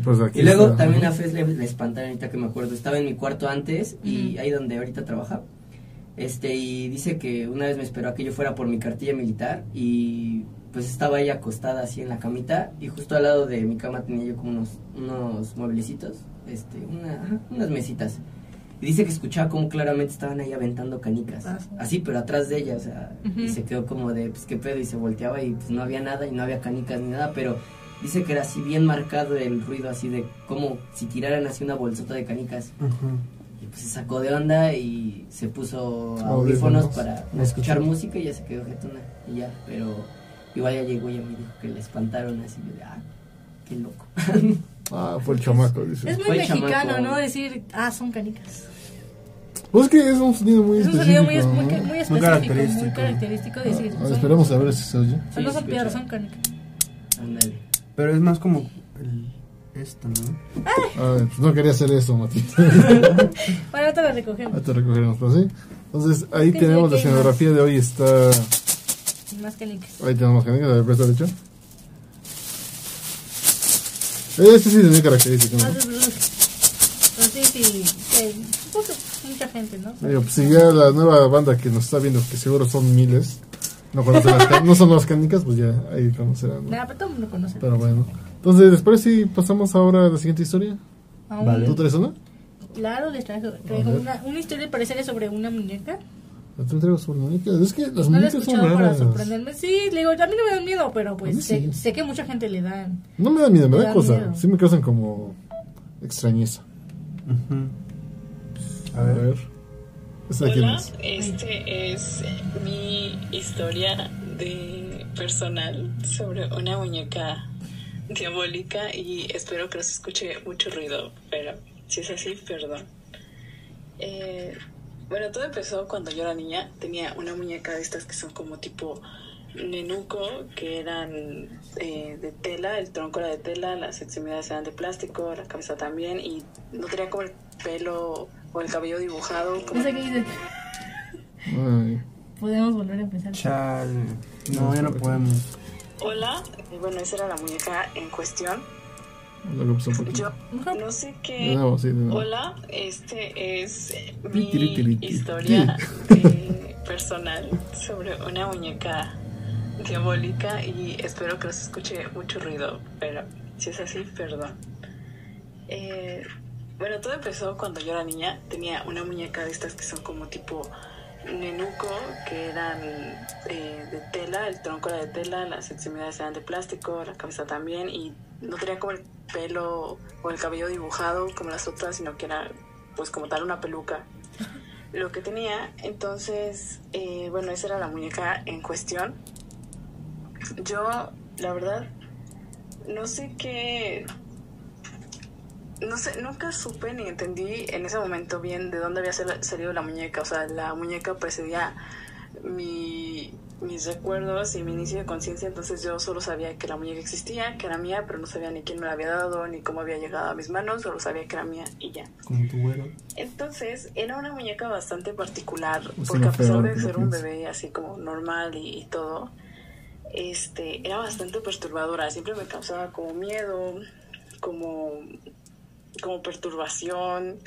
pues aquí Y luego está. también a Fez le, le espantaron, ahorita que me acuerdo, estaba en mi cuarto antes y Ujú. ahí donde ahorita trabaja. Este, y dice que una vez me esperó a que yo fuera por mi cartilla militar y pues estaba ella acostada así en la camita y justo al lado de mi cama tenía yo como unos, unos mueblecitos, este, una, ajá, unas mesitas. Y dice que escuchaba como claramente estaban ahí aventando canicas, Ah, sí. así pero atrás de ella, o sea, Ujú. y se quedó como de, pues qué pedo, y se volteaba y pues no había nada y no había canicas ni nada, pero dice que era así bien marcado el ruido, así de como si tiraran así una bolsota de canicas. Ajá. Y pues se sacó de onda y se puso Audífonos. audífonos para No escuchar escuchó. música y ya se quedó jetona y ya, pero igual ya llegó y ya me dijo que le espantaron así de, ah, qué loco. Ah, fue el chamaco, dice. Es muy Fue el mexicano, chamaco. ¿no? Decir, ah, son canicas. Pues es que es un sonido muy Es un específico. sonido muy, muy, ¿no? muy específico, muy característico. característico de decir. Ah, son- esperemos a ver si se oye. o sea, no Sí, son se piedras, escucha. son canicas. Ándale. Pero es más como el, esto, ¿no? Ah, pues no quería hacer eso, Matito. Bueno, ahorita la recogemos. Ahí te recogeremos, pero sí. Entonces, ahí Sí, tenemos sí, la sí, escenografía de hoy. Está. Más canicas. Ahí tenemos canicas, a ver, presta derecho. Este sí tenía características, Más ¿no? de blues. Pero sí, sí, sí, poco- mucha gente, ¿no? Digo, pues si ya la nueva banda que nos está viendo, que seguro son miles, no conocen las can- no son las canicas, pues ya ahí conocerán, ¿no? Nada, pero todo el mundo conoce. Pero bueno. Entonces, después sí pasamos ahora a la siguiente historia. Aún- Vale. ¿Tú traes una? Claro, les traigo, traigo A ver. una, una historia parecida sobre una muñeca. ¿Tú traigo sobre muñecas? Es que las No la he muñecas son escuchado para raras. sorprenderme. Sí, le digo, a mí no me dan miedo, pero A mí pues sé, sí. sé que mucha gente le dan. No me da miedo, me Me da da cosa. miedo. Sí me causan como extrañeza. Ujú. A ver. ¿Esta de quién Hola, es? este es mi historia de personal sobre una muñeca diabólica y espero que no se escuche mucho ruido, pero si es así, perdón. Eh, bueno, todo empezó cuando yo era niña. Tenía una muñeca de estas que son como tipo nenuco, que eran eh, de tela, el tronco era de tela, las extremidades eran de plástico, la cabeza también, y no tenía como el pelo o el cabello dibujado. Como... No sé qué dice. Ay, Podemos volver a empezar. Chale. No, ya no podemos. Hola, y bueno, esa era la muñeca en cuestión. lo que pasó un poquito. Yo no sé De qué. nuevo, sí, de nuevo. Hola, este es Tiri, tiri, tiri, mi tiri. historia de personal sobre una muñeca diabólica y espero que no se escuche mucho ruido, pero si es así, perdón. Eh, bueno, todo empezó cuando yo era niña. Tenía una muñeca de estas que son como tipo nenuco, que eran eh, de tela, el tronco era de tela, las extremidades eran de plástico, la cabeza también, y no tenía como el pelo o el cabello dibujado como las otras, sino que era pues como tal una peluca lo que tenía. Entonces, eh, bueno, esa era la muñeca en cuestión. Yo, la verdad, no sé qué... No sé, nunca supe ni entendí en ese momento bien de dónde había sal- salido la muñeca. O sea, la muñeca precedía mi, mis recuerdos y mi inicio de conciencia. Entonces yo solo sabía que la muñeca existía, que era mía, pero no sabía ni quién me la había dado, ni cómo había llegado a mis manos. Solo sabía que era mía y ya. Como tu güero. Entonces, era una muñeca bastante particular, Pues porque era a pesar feo, de ¿no ser un piensas? bebé así como normal y, y todo, este, era bastante perturbadora. Siempre me causaba como miedo, como, como perturbación,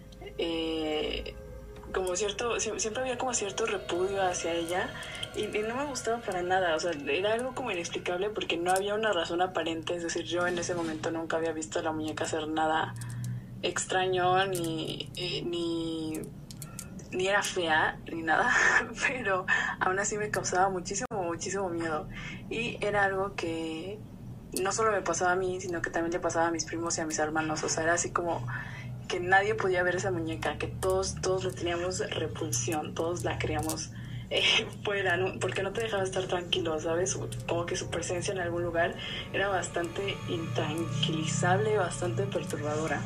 eh, como cierto, sie- siempre había como cierto repudio hacia ella y, y no me gustaba para nada. O sea, era algo como inexplicable porque no había una razón aparente. Es decir, yo en ese momento nunca había visto a la muñeca hacer nada extraño, ni, eh, ni, ni era fea, ni nada, pero aún así me causaba muchísimo, muchísimo miedo. Y era algo que no solo me pasaba a mí, sino que también le pasaba a mis primos y a mis hermanos. O sea, era así como que nadie podía ver esa muñeca, que todos, todos le teníamos repulsión, todos la queríamos eh, fuera, ¿no? Porque no te dejaba estar tranquilo, ¿sabes? Como que su presencia en algún lugar era bastante intranquilizable, bastante perturbadora.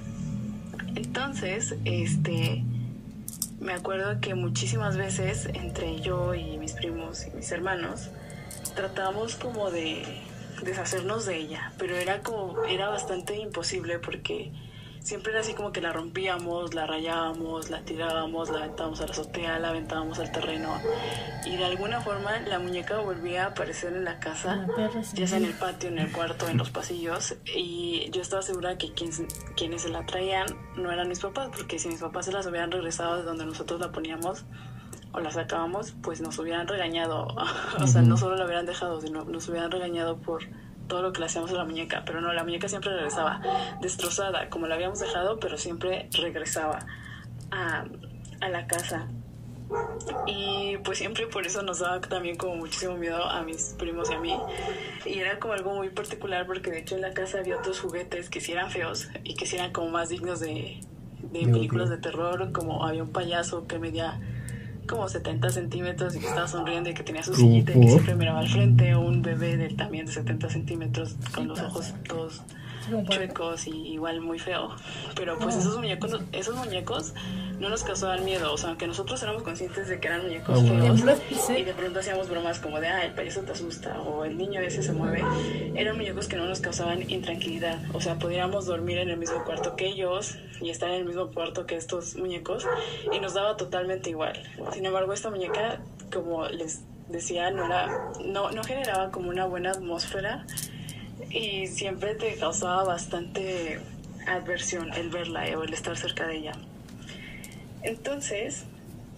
Entonces, este, me acuerdo que muchísimas veces entre yo y mis primos y mis hermanos tratábamos como de deshacernos de ella, pero era como, era bastante imposible porque siempre era así como que la rompíamos, la rayábamos, la tirábamos, la aventábamos a la azotea, la aventábamos al terreno, y de alguna forma la muñeca volvía a aparecer en la casa, ya sea en el patio, en el cuarto, en los pasillos, y yo estaba segura que quien, quienes se la traían no eran mis papás, porque si mis papás se las hubieran regresado de donde nosotros la poníamos o la sacábamos, pues nos hubieran regañado. O sea, no solo la hubieran dejado, sino nos hubieran regañado por todo lo que le hacíamos a la muñeca. Pero no, la muñeca siempre regresaba destrozada, como la habíamos dejado, pero siempre regresaba a, a la casa. Y pues siempre por eso nos daba también como muchísimo miedo a mis primos y a mí. Y era como algo muy particular, porque de hecho en la casa había otros juguetes que sí eran feos y que sí eran como más dignos de, de películas de terror. Como había un payaso que medía como setenta centímetros y que estaba sonriendo y que tenía su sillita y que siempre miraba al frente, un bebé de también de setenta centímetros con los ojos todos chuecos y igual muy feo. Pero pues esos muñecos esos muñecos no nos causaban miedo, o sea, aunque nosotros éramos conscientes de que eran muñecos oh, feos bueno. y de pronto hacíamos bromas como de, ah, el payaso te asusta o el niño ese se mueve, eran muñecos que no nos causaban intranquilidad. O sea, podríamos dormir en el mismo cuarto que ellos y estar en el mismo cuarto que estos muñecos y nos daba totalmente igual. Sin embargo, esta muñeca, como les decía, no era no, no generaba como una buena atmósfera y siempre te causaba bastante adversión el verla o el estar cerca de ella. Entonces,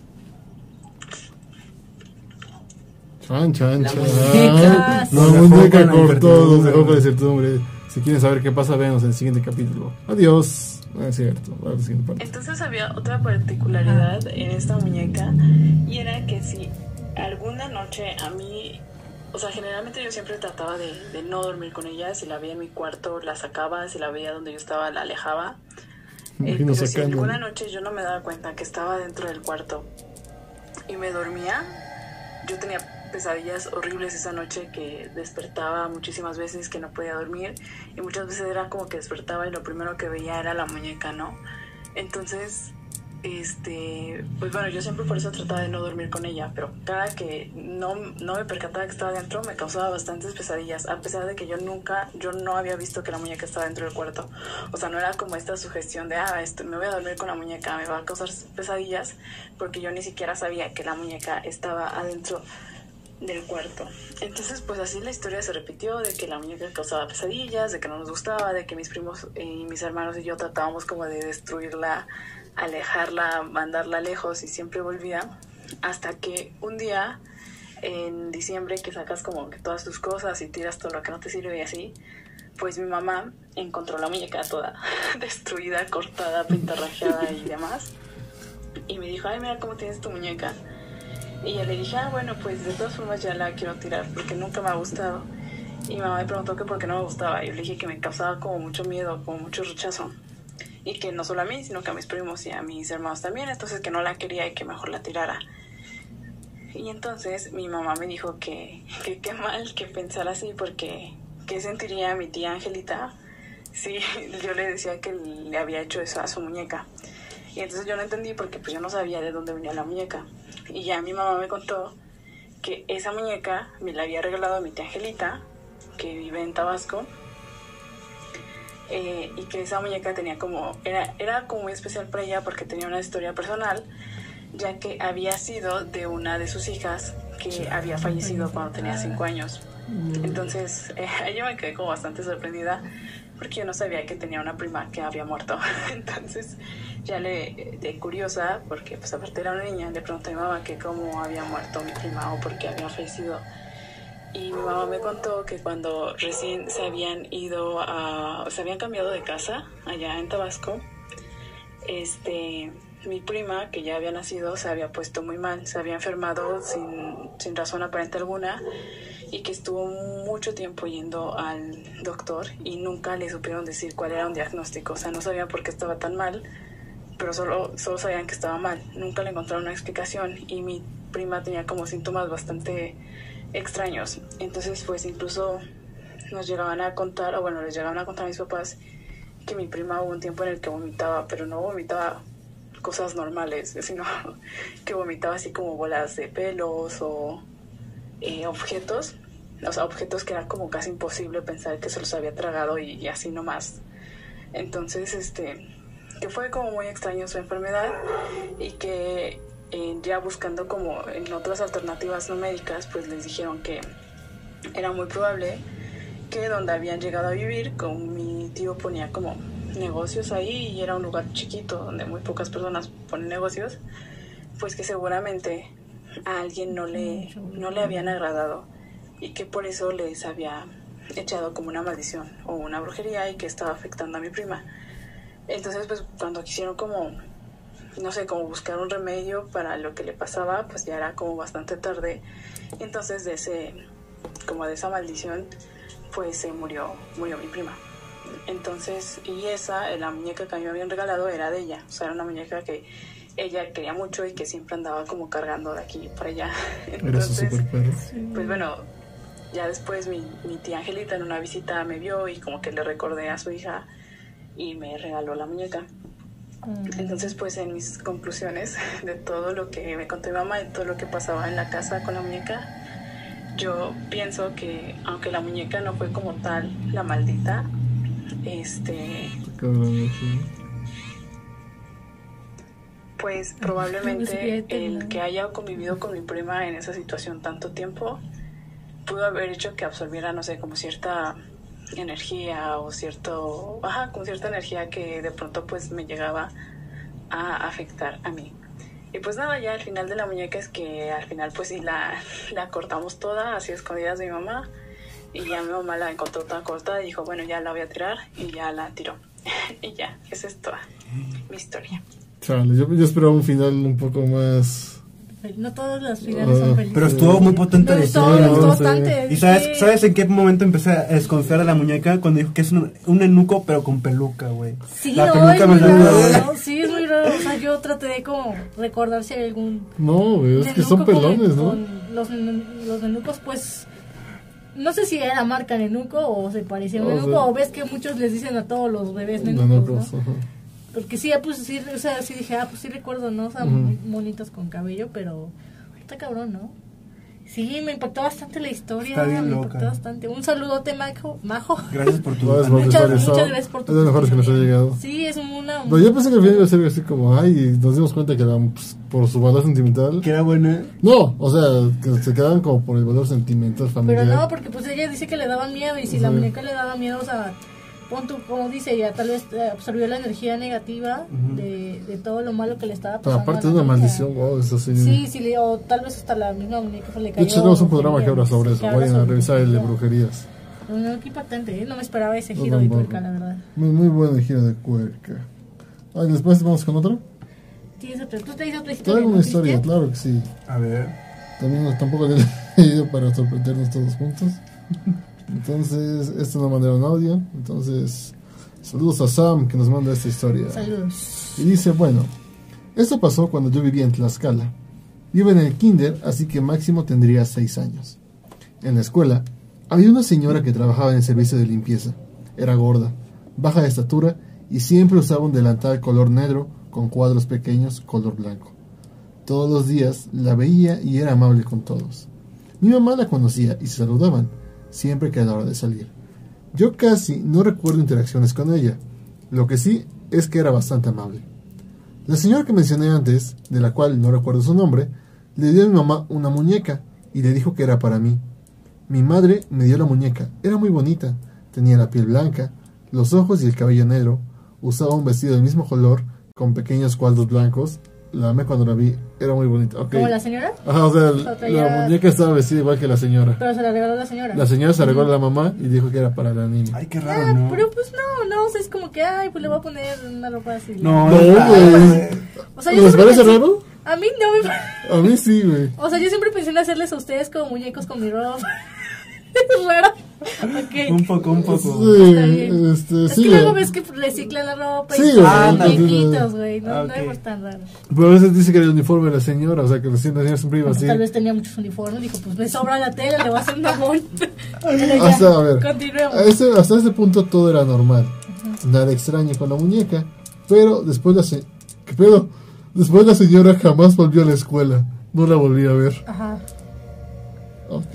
Chan, chan, La chan. muñeca. La Nos muñeca dejó con la cortó, nos dejó incertidumbre. con la incertidumbre. Si quieren saber qué pasa, venos en el siguiente capítulo. Adiós. No es cierto. Vamos a la siguiente parte. entonces había otra particularidad en esta muñeca, y era que si alguna noche a mí, o sea, generalmente yo siempre trataba de, de no dormir con ella. Si la veía en mi cuarto, la sacaba. Si la veía donde yo estaba, la alejaba. Me Eh, imagino pero si sacando. alguna noche yo no me daba cuenta que estaba dentro del cuarto y me dormía, yo tenía pesadillas horribles esa noche, que despertaba muchísimas veces, que no podía dormir, y muchas veces era como que despertaba y lo primero que veía era la muñeca, ¿no? Entonces, este, pues bueno, yo siempre por eso trataba de no dormir con ella, pero cada que no, no me percataba que estaba dentro, me causaba bastantes pesadillas, a pesar de que yo nunca, yo no había visto que la muñeca estaba dentro del cuarto. O sea, no era como esta sugestión de, ah, esto, me voy a dormir con la muñeca, me va a causar pesadillas, porque yo ni siquiera sabía que la muñeca estaba adentro del cuarto. Entonces, pues así la historia se repitió, de que la muñeca causaba pesadillas, de que no nos gustaba, de que mis primos y mis hermanos y yo tratábamos como de destruirla, alejarla, mandarla lejos, y siempre volvía, hasta que un día en diciembre, que sacas como que todas tus cosas y tiras todo lo que no te sirve y así, pues mi mamá encontró la muñeca toda destruida, cortada, pintarrajeada y demás, y me dijo, ay, mira cómo tienes tu muñeca. Y yo le dije, ah, bueno, pues de todas formas ya la quiero tirar porque nunca me ha gustado. Y mi mamá me preguntó que por qué no me gustaba. Y yo le dije que me causaba como mucho miedo, como mucho rechazo. Y que no solo a mí, sino que a mis primos y a mis hermanos también. Entonces que no la quería y que mejor la tirara. Y entonces mi mamá me dijo que que qué mal que pensara así, porque qué sentiría mi tía Angelita si yo le decía que le había hecho eso a su muñeca. Y entonces yo no entendí, porque pues yo no sabía de dónde venía la muñeca. Y ya mi mamá me contó que esa muñeca me la había regalado mi tía Angelita, que vive en Tabasco, eh, y que esa muñeca tenía como, era, era como muy especial para ella porque tenía una historia personal, ya que había sido de una de sus hijas que había fallecido cuando tenía cinco años. Entonces, eh, yo me quedé como bastante sorprendida, porque yo no sabía que tenía una prima que había muerto. Entonces, ya le, de curiosa, porque pues aparte era una niña, le pregunté a mi mamá que cómo había muerto mi prima o por qué había fallecido. Y mi mamá me contó que cuando recién se habían ido a, se habían cambiado de casa allá en Tabasco, este, mi prima, que ya había nacido, se había puesto muy mal, se había enfermado sin, sin razón aparente alguna, y que estuvo mucho tiempo yendo al doctor y nunca le supieron decir cuál era un diagnóstico. O sea, no sabían por qué estaba tan mal, pero solo, solo sabían que estaba mal. Nunca le encontraron una explicación, y mi prima tenía como síntomas bastante extraños. Entonces, pues incluso nos llegaban a contar, o bueno, les llegaban a contar a mis papás, que mi prima hubo un tiempo en el que vomitaba, pero no vomitaba cosas normales, sino que vomitaba así como bolas de pelos o eh, objetos, o sea, objetos que era como casi imposible pensar que se los había tragado, y, y así nomás Entonces, este, que fue como muy extraño su enfermedad y que eh, ya buscando como en otras alternativas no médicas, pues les dijeron que era muy probable que donde habían llegado a vivir, con mi tío ponía como negocios ahí y era un lugar chiquito donde muy pocas personas ponen negocios, pues que seguramente a alguien no le, no le habían agradado y que por eso les había echado como una maldición o una brujería y que estaba afectando a mi prima. Entonces, pues cuando quisieron como, no sé, como buscar un remedio para lo que le pasaba, pues ya era como bastante tarde. Entonces de ese, como de esa maldición, pues se murió, murió mi prima. Entonces, y esa, la muñeca que a mí me habían regalado era de ella. O sea, era una muñeca que ella quería mucho y que siempre andaba como cargando de aquí para allá. Entonces, era su super perro. Pues bueno, ya después mi, mi tía Angelita en una visita me vio y como que le recordé a su hija y me regaló la muñeca. Entonces, pues en mis conclusiones de todo lo que me contó mi mamá y todo lo que pasaba en la casa con la muñeca, yo pienso que aunque la muñeca no fue como tal la maldita, este, pues probablemente el que haya convivido con mi prima en esa situación tanto tiempo pudo haber hecho que absorbiera, no sé, como cierta energía o cierto, ajá, con cierta energía que de pronto pues me llegaba a afectar a mí. Y pues nada, ya al final de la muñeca es que al final pues sí la, la cortamos toda, así escondidas de mi mamá, y ya mi mamá la encontró toda cortada y dijo, bueno, ya la voy a tirar, y ya la tiró. Y ya, esa es toda mi historia. Chale, yo, yo esperaba un final un poco más... No todos los finales son felices. Pero estuvo muy potente la Me gustó, historia. me gustó ¿no? bastante. ¿Y sabes, Sí. sabes en qué momento empecé a desconfiar de la muñeca? Cuando dijo que es un, un eunuco, pero con peluca, güey. Sí, la no, peluca es me muy da raro, ¿no? Sí, es muy raro. O sea, yo traté de como recordar si hay algún... No, güey, es que son nenuco con- pelones, ¿no? con los, los nenucos, pues... No sé si era marca nenuco o se parecía a un O nenuco, sea- o ves que muchos les dicen a todos los bebés nenucos, ¿no? Nenucos, ajá. Porque sí, pues sí, o sea, sí dije, ah, pues sí recuerdo, ¿no? O sea, Ujú. monitos con cabello, pero está cabrón, ¿no? Sí, me impactó bastante la historia. Está bien me loca. impactó bastante. Un saludote, Majo. Majo. Gracias por tu... No, es bueno. Muchas, historia, muchas son- gracias por tu es de los mejores que nos ha testimonio. llegado. Sí, es una... No, yo pensé que al final iba a ser así como, ay, nos dimos cuenta que era pues, por su valor sentimental. Que era buena. No, o sea, que se quedaban como por el valor sentimental familiar. Pero no, porque pues ella dice que le daba miedo, y si la Sí. muñeca le daba miedo, o sea, pon tú, como dice, ya tal vez eh, absorbió la energía negativa Ujú. de, de todo lo malo que le estaba Pero pasando. aparte a de la una niña. maldición, wow, eso sí. Sí, sí, le- o tal vez hasta la misma muñeca se le De cayó. hecho, tenemos un programa que habla sobre eso. que habla Vayan a sobre revisar el de brujería. brujerías. No, no, qué impactante, ¿eh? No me esperaba ese No, giro de tampoco. tuerca, la verdad. Muy, muy buen giro de cuerca. Ay, después vamos con otro. ¿Tienes otra? ¿Tú te hizo otra historia? Traigo ¿no, una historia, Cristian? claro que sí. A ver. También no- tampoco le he leído para sorprendernos todos juntos. Entonces, esto nos mandaron audio. Entonces, saludos a Sam que nos manda esta historia. Saludos. Y dice, bueno, esto pasó cuando yo vivía en Tlaxcala. Vivo en el kinder, así que máximo tendría seis años. En la escuela, había una señora que trabajaba en el servicio de limpieza. Era gorda, baja de estatura y siempre usaba un delantal color negro con cuadros pequeños color blanco. Todos los días la veía y era amable con todos. Mi mamá la conocía y se saludaban, siempre que era la hora de salir. Yo casi no recuerdo interacciones con ella. Lo que sí es que era bastante amable. La señora que mencioné antes, de la cual no recuerdo su nombre, le dio a mi mamá una muñeca y le dijo que era para mí. Mi madre me dio la muñeca, era muy bonita, tenía la piel blanca, los ojos y el cabello negro, usaba un vestido del mismo color, con pequeños cuadros blancos. La amé cuando la vi, era muy bonita. Okay. ¿Como la señora? Ajá, o sea, O sea, la traía- muñeca estaba vestida igual que la señora. Pero se la regaló la señora. La señora se arregló a la mamá y dijo que era para la niña. Ay, qué Ah, raro, ¿no? pero pues no, no, o sea, es como que, ay, pues le voy a poner una ropa así. No, No, es raro, güey. güey. O sea, yo ¿Les siempre parece pensé- raro? A mí no me parece. A mí sí, güey. O sea, yo siempre pensé en hacerles a ustedes como muñecos con mi ropa. Es raro. Ok. Un poco, un poco. Sí, Está bien. este, Es sí. que luego güey. ves que reciclan la ropa Sí, y güey. son Ándale. muñequitos, güey. No, Ah, no ok. es tan raro. Pero a veces dice que era el uniforme de la señora, o sea, que recién la señora siempre iba Pues así. tal vez tenía muchos uniformes. Dijo, pues me sobra la tela, le voy a hacer un mamón. Pero ya, Hasta, a ver, continuemos. a ese- hasta ese punto todo era normal. Nada extraño con la muñeca. Pero después la, se- ¿qué pedo? Después la señora jamás volvió a la escuela. No la volví a ver. Ajá. Ok.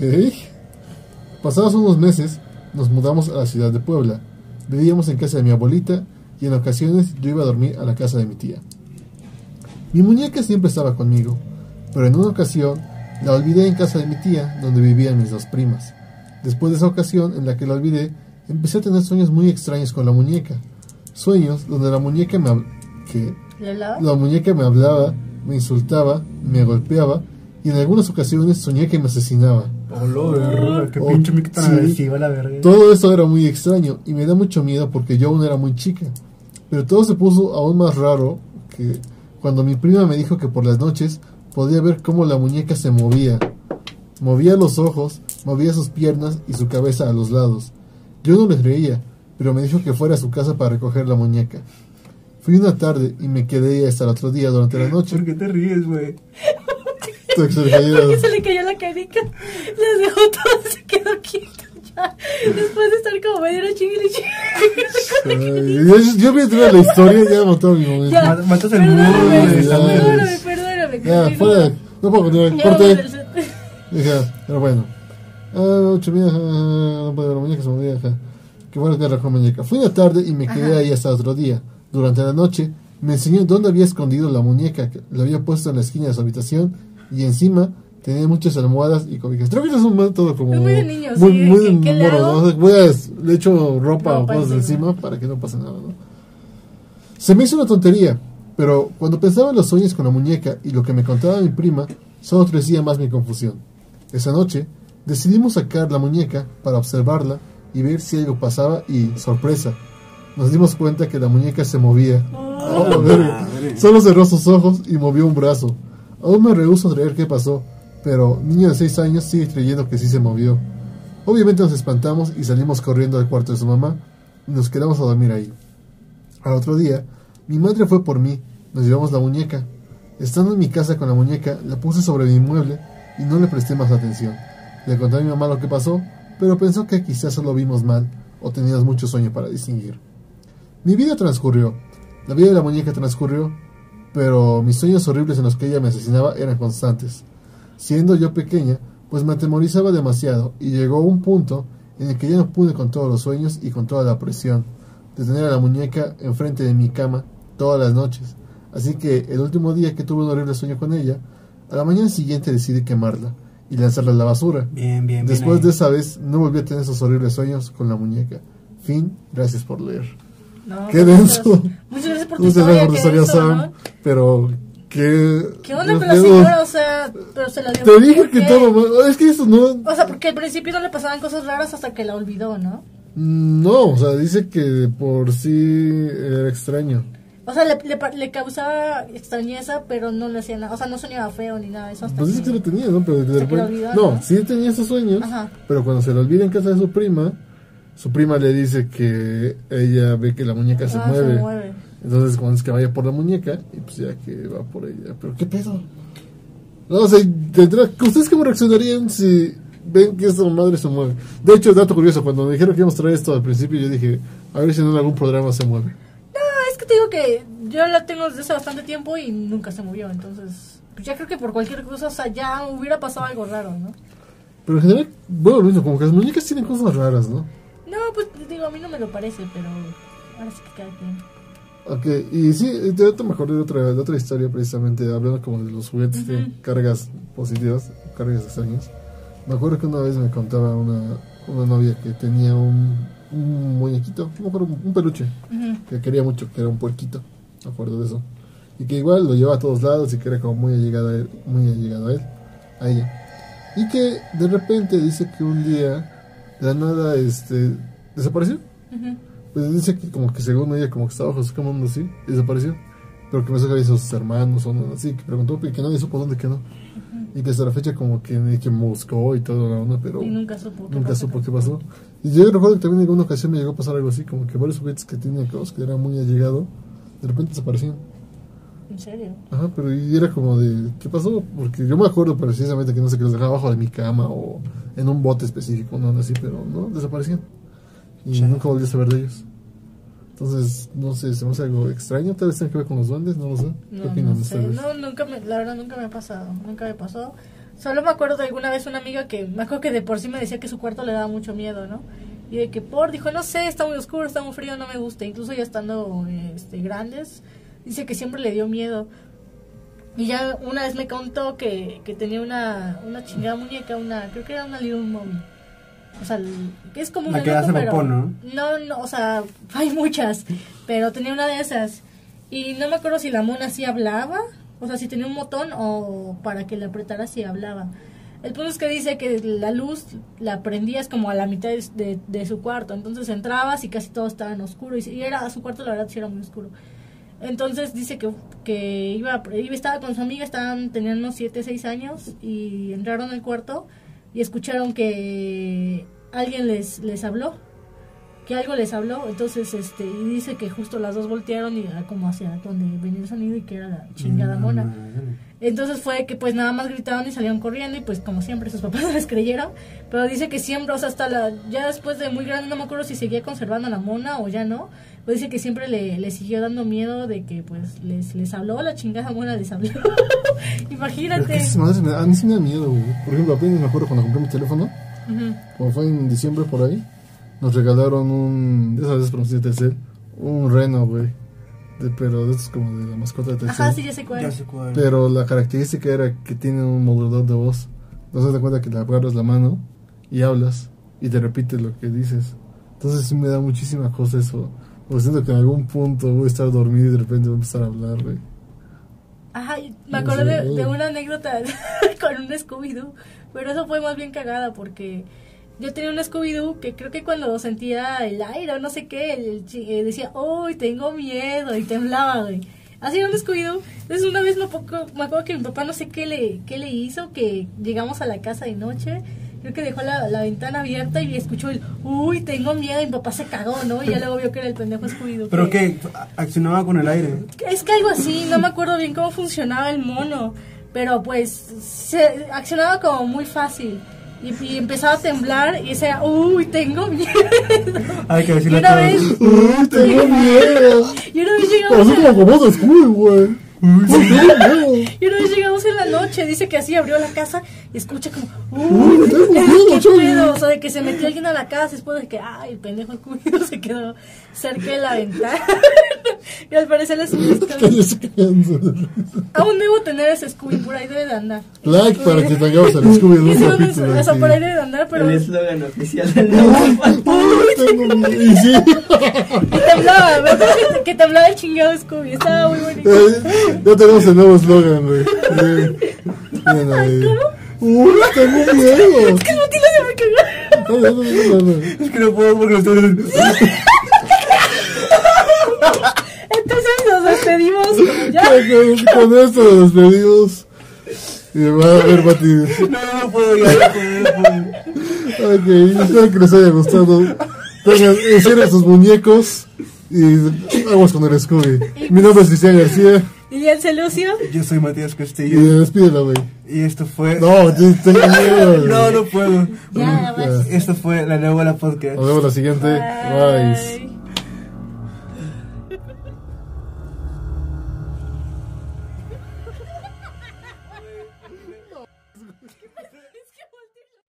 Pasados unos meses, nos mudamos a la ciudad de Puebla. Vivíamos en casa de mi abuelita y en ocasiones yo iba a dormir a la casa de mi tía. Mi muñeca siempre estaba conmigo, pero en una ocasión la olvidé en casa de mi tía, donde vivían mis dos primas. Después de esa ocasión en la que la olvidé, empecé a tener sueños muy extraños con la muñeca. Sueños donde la muñeca me, hab- que la muñeca me hablaba, me insultaba, me golpeaba, y en algunas ocasiones soñé que me asesinaba. Oh, verga, qué Oh, pinche mica tan sí. agresiva la verga. Todo eso era muy extraño y me da mucho miedo porque yo aún era muy chica. Pero todo se puso aún más raro que cuando mi prima me dijo que por las noches podía ver cómo la muñeca se movía. Movía los ojos, movía sus piernas y su cabeza a los lados. Yo no le creía, pero me dijo que fuera a su casa para recoger la muñeca. Fui una tarde y me quedé ahí hasta el otro día durante la noche. ¿Por qué te ríes, güey? Porque se le cayó la canica, les dejó todo, se quedó quieto ya. Después de estar como medio chingue Ay, yo, yo vi entrar a la historia y ya mató a mi momento. Ya, Ma- matas el perdóname, mundo, güey, ya, perdóname, ya. perdóname. Ya, continúa. fuera. No puedo continuar. Ya, Corte. vamos al- Dije, pero bueno. Ah, ocho mil, ajá, no puedo ver la muñeca, se movía, ajá. Qué bueno que arrancó muñeca. Fui una tarde y me quedé Ajá. ahí hasta otro día. Durante la noche me enseñó dónde había escondido la muñeca, que la había puesto en la esquina de su habitación y encima tenía muchas almohadas y cobijas. Creo que es un método como Es muy de niños, muy, sí, muy de ¿qué- qué le morro, hago? ¿no? Voy a, le echo ropa o Ropa cosas encima. encima para que no pase nada, ¿no? Se me hizo una tontería, pero cuando pensaba en los sueños con la muñeca y lo que me contaba mi prima, solo crecía más mi confusión. Esa noche decidimos sacar la muñeca para observarla y ver si algo pasaba y, sorpresa, nos dimos cuenta que la muñeca se movía. Oh, la verga. Solo cerró sus ojos y movió un brazo. Aún me rehúso a creer qué pasó, pero niño de seis años sigue creyendo que sí se movió. Obviamente nos espantamos y salimos corriendo al cuarto de su mamá y nos quedamos a dormir ahí. Al otro día, mi madre fue por mí, nos llevamos la muñeca. Estando en mi casa con la muñeca, la puse sobre mi mueble y no le presté más atención. Le conté a mi mamá lo que pasó, pero pensó que quizás solo vimos mal o teníamos mucho sueño para distinguir. Mi vida transcurrió, la vida de la muñeca transcurrió, pero mis sueños horribles en los que ella me asesinaba eran constantes. Siendo yo pequeña, pues me atemorizaba demasiado y llegó un punto en el que ya no pude con todos los sueños y con toda la presión de tener a la muñeca enfrente de mi cama todas las noches. Así que el último día que tuve un horrible sueño con ella, a la mañana siguiente decidí quemarla y lanzarla a la basura. Bien, bien, Después bien de ahí. esa vez no volví a tener esos horribles sueños con la muñeca. Fin, gracias por leer. No, Qué muchas- denso. Muchas gracias por tu Muchas historia, gracias por tu qué historia, denso, Sam. ¿no? Pero, ¿qué? ¿Qué onda no con la pedo. señora? O sea, pero se la dio. Te dije ¿por que qué? todo mal. Es que eso no. O sea, porque al principio no le pasaban cosas raras hasta que la olvidó, ¿no? No, o sea, dice que por sí era extraño. O sea, le, le, pa- le causaba extrañeza, pero no le hacía nada. O sea, no soñaba feo ni nada de eso hasta Pues dice que que... lo tenía, ¿no? Pero de Se repente- le olvidó, no, ¿no? sí tenía esos sueños. Ajá. Pero cuando se le olvida en casa de su prima, su prima le dice que ella ve que la muñeca se Ah, mueve. se mueve. Entonces, cuando es que vaya por la muñeca, y pues ya que va por ella. Pero, ¿qué pedo? No, o sea, tendrá- ¿ustedes cómo reaccionarían si ven que esta madre se mueve? De hecho, dato curioso, cuando me dijeron que íbamos a traer esto al principio, yo dije, a ver si en algún programa se mueve. No, es que te digo que yo la tengo desde hace bastante tiempo y nunca se movió. Entonces, pues ya creo que por cualquier cosa, o sea, ya hubiera pasado algo raro, ¿no? Pero en general, bueno, lo mismo, como que las muñecas tienen cosas raras, ¿no? No, pues digo, a mí no me lo parece, pero ahora sí que cada quien. Ok, y sí, de ahorita me acordé de otra, de otra historia precisamente, hablando como de los juguetes de cargas positivas, cargas extrañas. Me acuerdo que una vez me contaba una, una novia que tenía un, un muñequito, no me acuerdo, un peluche, Ujú. que quería mucho, que era un puerquito, me acuerdo de eso. Y que igual lo llevaba a todos lados y que era como muy allegado a él, muy allegado a él, a ella. Y que de repente dice que un día, de la nada, este, desapareció. Ujú. Pues dice que como que según ella como que estaba bajo su cama o así y desapareció. Pero que pensó que había sus hermanos o algo así, que preguntó y que nadie supo dónde quedó. Y que hasta la fecha como que, que buscó y todo la onda, pero Y nunca supo. qué nunca pasó. supo qué pasó. Y yo recuerdo que también en alguna ocasión me llegó a pasar algo así, como que varios juguetes que tenía que que era muy allegado, de repente desaparecían. ¿En serio? Ajá, pero y era como de, ¿qué pasó? Porque yo me acuerdo precisamente que no sé, que los dejaba abajo de mi cama o en un bote específico, no así, pero no, desaparecían. Y Sí. nunca volví a saber de ellos. Entonces, no sé, se me hace algo extraño, tal vez tenga que ver con los duendes, no lo sé. ¿Qué No, opinan no sé. ustedes? No, nunca me, la verdad nunca me ha pasado. Nunca me pasó. Solo me acuerdo de alguna vez una amiga que, me acuerdo que de por sí me decía que su cuarto le daba mucho miedo, ¿no? Y de que por, dijo, no sé, está muy oscuro, está muy frío, no me gusta. Incluso ya estando este, grandes, dice que siempre le dio miedo. Y ya una vez me contó que, que tenía una, una chingada muñeca, una, creo que era una Little Mommy. O sea, que es como una La que hace pero popó, ¿no? No, no, o sea, hay muchas, pero tenía una de esas. Y no me acuerdo si la mona sí hablaba, o sea, si tenía un botón o para que le apretara si hablaba. El punto es que dice que la luz la prendías como a la mitad de, de, de su cuarto, entonces entrabas y casi todo estaba en oscuro, y, y era su cuarto, la verdad sí era muy oscuro. Entonces dice que, que iba, iba estaba con su amiga, estaban, tenían unos siete, seis años, y entraron al cuarto y escucharon que alguien les, les habló, que algo les habló, entonces este y dice que justo las dos voltearon y como hacia donde venía el sonido y que era la chingada mona. Entonces fue que pues nada más gritaron y salieron corriendo y pues como siempre sus papás no les creyeron, pero dice que siempre, o sea, hasta la, ya después de muy grande, no me acuerdo si seguía conservando a la mona o ya no, pues dice que siempre le, le siguió dando miedo de que pues les, les habló, la chingada mona les habló. Imagínate. Pero es que esas madres me da- a mí sí me da miedo, güey. Por ejemplo, apenas me acuerdo cuando compré mi teléfono, Uh-huh. como fue en diciembre por ahí, nos regalaron un, de esas veces pronuncié Telcel, un reno, güey. De- pero de estos como de la mascota de Telcel. Ajá, sí, ya sé cuál. Ya sé cuál. Pero la característica era que tiene un modulador de voz. No se da cuenta que le agarras la mano y hablas y te repite lo que dices. Entonces sí me da muchísima cosa eso. Porque siento que en algún punto voy a estar dormido y de repente voy a empezar a hablar, güey. Ajá, y me acuerdo de, de una anécdota con un Scooby-Doo, pero eso fue más bien cagada porque yo tenía un Scooby-Doo que creo que cuando sentía el aire o no sé qué, el chi- eh, decía, ¡uy, tengo miedo! Y temblaba, güey. Así era un Scooby-Doo. Entonces una vez me, poco, me acuerdo que mi papá no sé qué le, qué le hizo, que llegamos a la casa de noche, creo que dejó la, la ventana abierta y escuchó el, ¡uy, tengo miedo! Y mi papá se cagó, ¿no? Y ya luego vio que era el pendejo Scooby-Doo. ¿Pero que- qué? ¿Accionaba con el aire? Es que algo así, no me acuerdo bien cómo funcionaba el mono, pero pues se accionaba como muy fácil y, y empezaba a temblar y decía, uy, tengo miedo. Hay que Y decirle una a vez, todos. ¡Uy, tengo miedo! y una vez Pero llegamos así en como la, como de Scooby, güey. ¡Uy, tengo miedo! y una vez llegamos en la noche, dice que así abrió la casa y escucha como, Uy, uy, tengo miedo, qué Charlie. pedo, o sea, de que se metió alguien a la casa después de que, ay, el pendejo Scooby se quedó cerca de la ventana. Y al parecer le subió Cállese, cállese. Aún debo tener ese Scooby, por ahí debe de andar. Like para que tengamos al Scooby en un Ese no es- capítulo. o sea, así. por ahí debe de andar, pero... El eslogan oficial del nuevo. Uy, tengo miedo. Y sí. Y temblaba, me acuerdo que, te- que temblaba el chingado Scooby, estaba muy bonito. Eh, Ya tenemos el nuevo eslogan, güey. Sí. Miren ahí. Uy, tengo miedo. Es que no tiene se me cagó. No, no, no, no, no. Es que no puedo porque lo estoy... Entonces nos despedimos como ya. Con, con esto nos despedimos. Y me va a ver batido. No, no puedo, ya no puedo, no puedo. Ok, espero que les haya gustado. Tengan, encierren sus muñecos. Y vamos con el Scooby. Mi nombre es Cristian García. Y el Celucio. Yo soy Matías Y Castillo. despídela, güey. Y esto fue... No, te- tengo miedo. güey. No, no puedo. Ya, vas. Esto fue La Nueva Podcast. Nos vemos la siguiente. Bye. Bye.